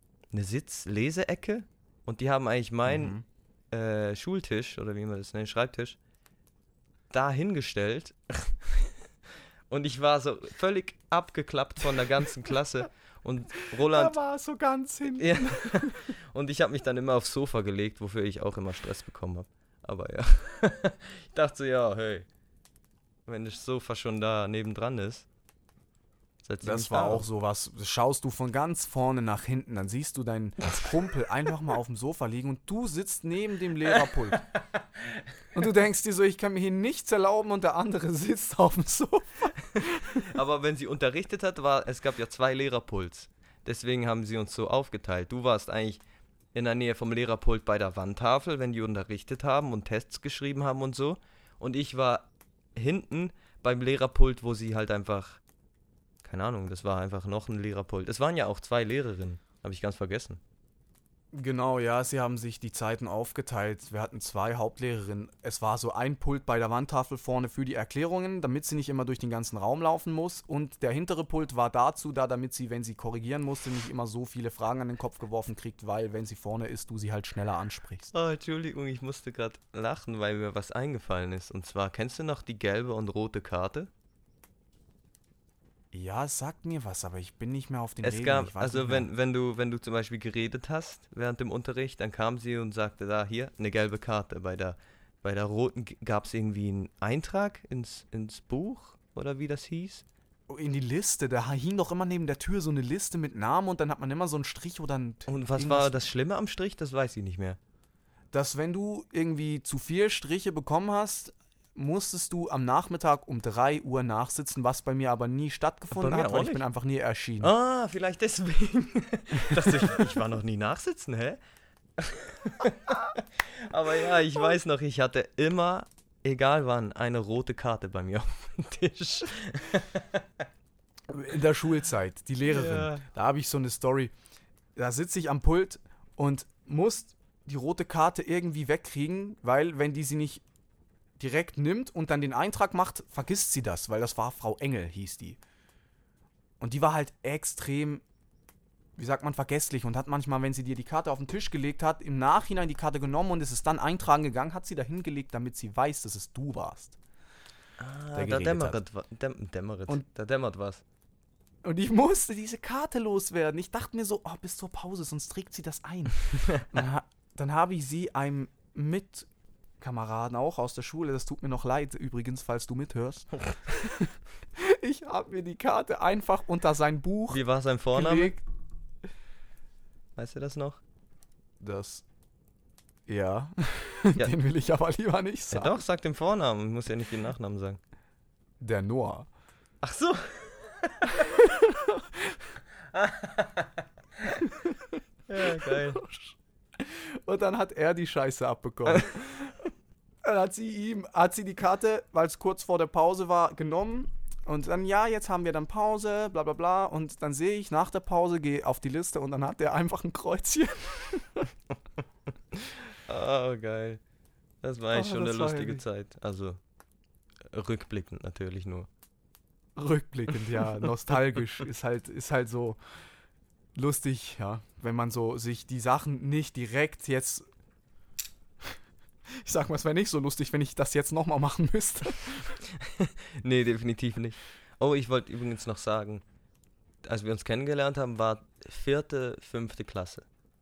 Leseecke und die haben eigentlich meinen Schultisch, oder wie man das nennt, Schreibtisch, da hingestellt. Und ich war so völlig abgeklappt von der ganzen Klasse. Und Roland... Er war so ganz hinten. Ja. Und ich habe mich dann immer aufs Sofa gelegt, wofür ich auch immer Stress bekommen habe. Aber ja. Ich dachte so, ja, hey, wenn das Sofa schon da nebendran ist, setz ich mich Das war da auch auf. so was. Schaust du von ganz vorne nach hinten, dann siehst du deinen Kumpel einfach mal auf dem Sofa liegen und du sitzt neben dem Lehrerpult. Und du denkst dir so, ich kann mir hier nichts erlauben und der andere sitzt auf dem Sofa. Aber wenn sie unterrichtet hat, es gab ja 2 Lehrerpults. Deswegen haben sie uns so aufgeteilt. Du warst eigentlich in der Nähe vom Lehrerpult bei der Wandtafel, wenn die unterrichtet haben und Tests geschrieben haben und so. Und ich war hinten beim Lehrerpult, wo sie halt einfach, keine Ahnung, das war einfach noch ein Lehrerpult. Es waren ja auch 2 Lehrerinnen, habe ich ganz vergessen. Genau, ja, sie haben sich die Zeiten aufgeteilt. Wir hatten 2 Hauptlehrerinnen. Es war so ein Pult bei der Wandtafel vorne für die Erklärungen, damit sie nicht immer durch den ganzen Raum laufen muss. Und der hintere Pult war dazu da, damit sie, wenn sie korrigieren musste, nicht immer so viele Fragen an den Kopf geworfen kriegt, weil, wenn sie vorne ist, du sie halt schneller ansprichst. Oh, Entschuldigung, ich musste gerade lachen, weil mir was eingefallen ist. Und zwar, kennst du noch die gelbe und rote Karte? Ja, es sagt mir was, aber ich bin nicht mehr auf den Es Regeln. gab, Ich weiß also nicht mehr. wenn du zum Beispiel geredet hast während dem Unterricht, dann kam sie und sagte, da, hier, eine gelbe Karte. Bei der roten gab es irgendwie einen Eintrag ins Buch, oder wie das hieß. In die Liste, da hing doch immer neben der Tür so eine Liste mit Namen und dann hat man immer so einen Strich oder ein... Und was irgendwas- war das Schlimme am Strich? Das weiß ich nicht mehr. Dass wenn du irgendwie zu viel Striche bekommen hast, musstest du am Nachmittag um 3 Uhr nachsitzen, was bei mir aber nie stattgefunden Bei mir hat, auch weil ich nicht. bin einfach nie erschienen. Ah, vielleicht deswegen. Ich war noch nie nachsitzen, hä? Aber ja, ich weiß noch, ich hatte immer, egal wann, eine rote Karte bei mir auf dem Tisch. In der Schulzeit, die Lehrerin, Ja. da habe ich so eine Story, da sitze ich am Pult und muss die rote Karte irgendwie wegkriegen, weil wenn die sie nicht direkt nimmt und dann den Eintrag macht, vergisst sie das, weil das war Frau Engel, hieß die. Und die war halt extrem wie sagt man, vergesslich und hat manchmal, wenn sie dir die Karte auf den Tisch gelegt hat, im Nachhinein die Karte genommen und es ist dann eintragen gegangen, hat sie da hingelegt, damit sie weiß, dass es du warst. Da dämmert was. Und ich musste diese Karte loswerden. Ich dachte mir so, bis zur Pause, sonst trägt sie das ein. Dann habe ich sie einem Mitkameraden auch aus der Schule, das tut mir noch leid übrigens, falls du mithörst. Ich habe mir die Karte einfach unter sein Buch Wie war sein Vorname? gelegt. Weißt du das noch? Ja. Ja. Den will ich aber lieber nicht Ja sagen. doch, sag den Vornamen. Ich muss ja nicht den Nachnamen sagen. Der Noah. Ach so. Ja, geil. Und dann hat er die Scheiße abbekommen. Dann hat sie die Karte, weil es kurz vor der Pause war, genommen. Und dann, ja, jetzt haben wir dann Pause, bla bla bla. Und dann sehe ich nach der Pause, gehe auf die Liste und dann hat er einfach ein Kreuzchen. Oh, geil. Das war eigentlich schon eine das war lustige heavy. Zeit. Also, rückblickend natürlich nur. Rückblickend, ja, nostalgisch. ist halt so lustig, ja, wenn man so sich die Sachen nicht direkt jetzt. Ich sag mal, es wäre nicht so lustig, wenn ich das jetzt nochmal machen müsste. Nee, definitiv nicht. Oh, ich wollte übrigens noch sagen, als wir uns kennengelernt haben, war 4., 5. Klasse.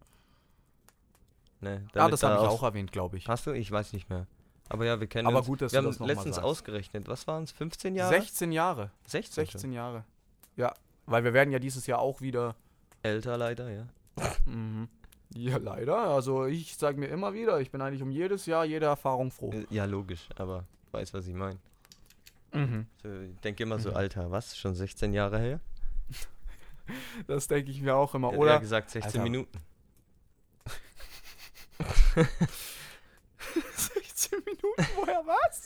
Ne, Das habe ich auch erwähnt, glaube ich. Hast du? Ich weiß nicht mehr. Aber ja, wir kennen Aber uns. gut, dass wir du haben das noch mal letztens sagst. ausgerechnet. Was waren es? 15 Jahre? 16 Jahre. 16 schon. 16 Jahre. Ja, weil wir werden ja dieses Jahr auch wieder. Älter leider, ja. Ja, leider. Also ich sage mir immer wieder, ich bin eigentlich um jedes Jahr, jede Erfahrung froh. Ja, logisch, aber weiß, was ich meine. Mhm. So, ich denke immer so, Alter, was? Schon 16 Jahre her? Das denke ich mir auch immer. Ja, Oder? er gesagt 16 Alter. Minuten. 16 Minuten, woher was?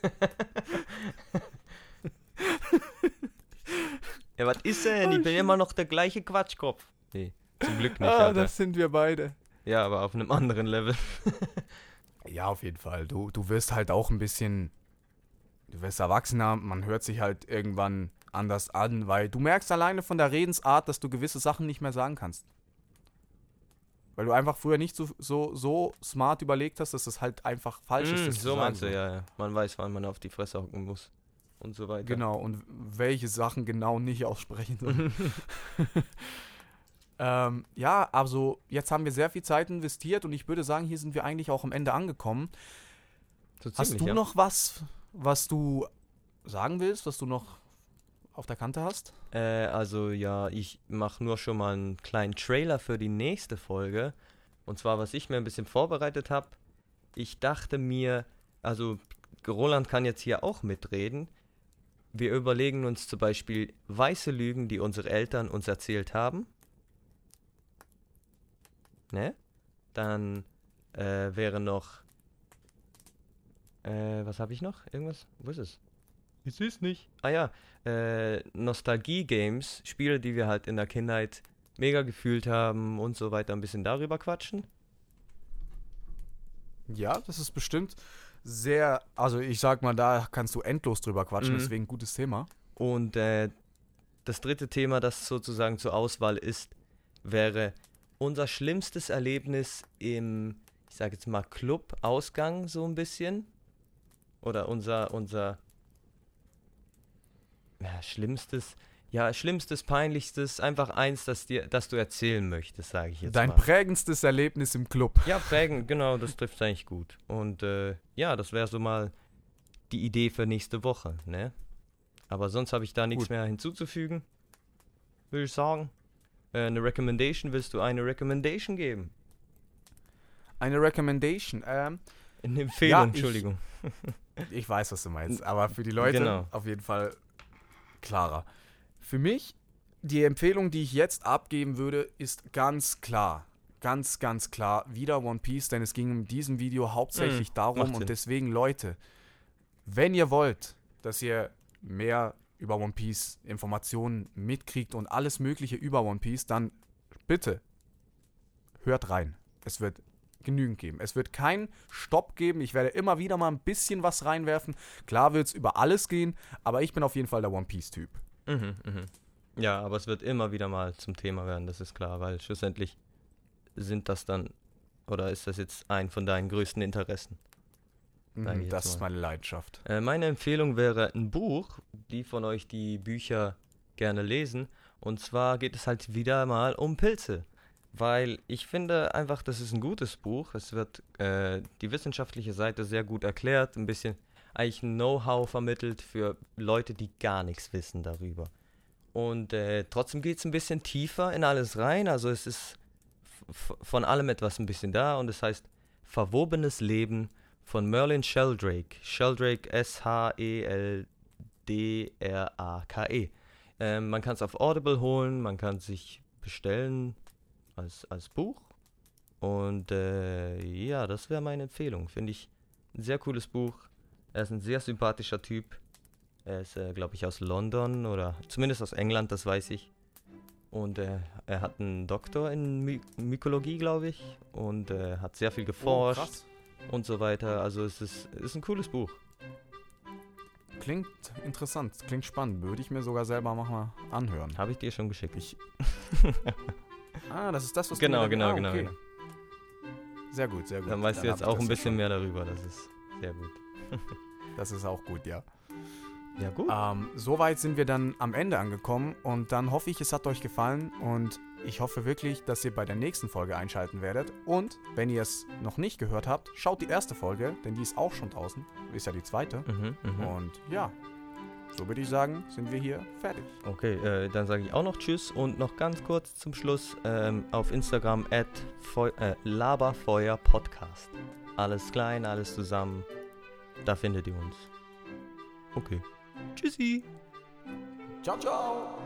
Ja, was ist denn? Ich bin immer noch der gleiche Quatschkopf. Nee, zum Glück nicht, Ah, Alter. das sind wir beide. Ja, aber auf einem anderen Level. Ja, auf jeden Fall. Du wirst halt auch ein bisschen, du wirst erwachsener, man hört sich halt irgendwann anders an, weil du merkst alleine von der Redensart, dass du gewisse Sachen nicht mehr sagen kannst. Weil du einfach früher nicht so smart überlegt hast, dass das halt einfach falsch ist. Das zu So sagen. meinst du, ja. Man weiß, wann man auf die Fresse hocken muss. Und so weiter. Genau, und welche Sachen genau nicht aussprechen soll. Ja, also jetzt haben wir sehr viel Zeit investiert und ich würde sagen, hier sind wir eigentlich auch am Ende angekommen. So Hast ziemlich, du ja. noch was du sagen willst, was du noch auf der Kante hast? Also ja, ich mache nur schon mal einen kleinen Trailer für die nächste Folge. Und zwar, was ich mir ein bisschen vorbereitet habe. Ich dachte mir, also Roland kann jetzt hier auch mitreden. Wir überlegen uns zum Beispiel weiße Lügen, die unsere Eltern uns erzählt haben. Ne? Dann wäre noch... was habe ich noch? Irgendwas? Wo ist es? Ich sehe es nicht. Ah ja, Nostalgie-Games, Spiele, die wir halt in der Kindheit mega gefühlt haben und so weiter, ein bisschen darüber quatschen. Ja, das ist bestimmt sehr, also ich sag mal, da kannst du endlos drüber quatschen, Mhm. deswegen gutes Thema. Und das dritte Thema, das sozusagen zur Auswahl ist, wäre unser schlimmstes Erlebnis im, ich sage jetzt mal, Club-Ausgang so ein bisschen. Oder unser schlimmstes, peinlichstes, einfach eins, das du erzählen möchtest, sage ich jetzt Dein mal. prägendstes Erlebnis im Club. Ja, prägen, genau, das trifft eigentlich gut. Und ja, das wäre so mal die Idee für nächste Woche, ne? Aber sonst habe ich da nichts Gut. mehr hinzuzufügen, würde ich sagen. Eine Recommendation, willst du eine Recommendation geben? Eine Recommendation. Eine Empfehlung, Ja, Entschuldigung. Ich weiß, was du meinst, aber für die Leute Genau. auf jeden Fall klarer. Für mich, die Empfehlung, die ich jetzt abgeben würde, ist ganz klar. Ganz, ganz klar wieder One Piece, denn es ging in diesem Video hauptsächlich darum macht Sinn. und deswegen, Leute, wenn ihr wollt, dass ihr mehr über One Piece Informationen mitkriegt und alles Mögliche über One Piece, dann bitte hört rein. Es wird genügend geben. Es wird keinen Stopp geben. Ich werde immer wieder mal ein bisschen was reinwerfen. Klar wird es über alles gehen, aber ich bin auf jeden Fall der One Piece-Typ. Ja, aber es wird immer wieder mal zum Thema werden, das ist klar, weil schlussendlich sind das dann, oder ist das jetzt ein von deinen größten Interessen? Sag ich jetzt Das ist mal. meine Leidenschaft. Meine Empfehlung wäre ein Buch, die von euch die Bücher gerne lesen. Und zwar geht es halt wieder mal um Pilze. Weil ich finde einfach, das ist ein gutes Buch. Es wird die wissenschaftliche Seite sehr gut erklärt, ein bisschen eigentlich ein Know-how vermittelt für Leute, die gar nichts wissen darüber. Und trotzdem geht es ein bisschen tiefer in alles rein. Also es ist von allem etwas ein bisschen da. Und es heißt Verwobenes Leben von Merlin Sheldrake. Sheldrake, Sheldrake. Man kann es auf Audible holen, man kann es sich bestellen als Buch. Und ja, das wäre meine Empfehlung. Finde ich ein sehr cooles Buch. Er ist ein sehr sympathischer Typ. Er ist, glaube ich, aus London oder zumindest aus England, das weiß ich. Und er hat einen Doktor in Mykologie, glaube ich. Und hat sehr viel geforscht. Krass. Und so weiter. Also es ist ein cooles Buch. Klingt interessant, klingt spannend. Würde ich mir sogar selber mal anhören. Habe ich dir schon geschickt. Das ist das, was Genau, du mir genau. Sehr gut, sehr gut. Dann weißt du hab jetzt ich auch das ein ja bisschen schon. mehr darüber. Das ist sehr gut. Das ist auch gut, ja. Ja, gut. Soweit sind wir dann am Ende angekommen und dann hoffe ich, es hat euch gefallen und ich hoffe wirklich, dass ihr bei der nächsten Folge einschalten werdet und wenn ihr es noch nicht gehört habt, schaut die erste Folge, denn die ist auch schon draußen, ist ja die zweite und ja, so würde ich sagen, sind wir hier fertig. Okay, dann sage ich auch noch Tschüss und noch ganz kurz zum Schluss auf Instagram @laberfeuerpodcast. Alles klein, alles zusammen, da findet ihr uns. Okay. Tschüssi. Ciao, ciao.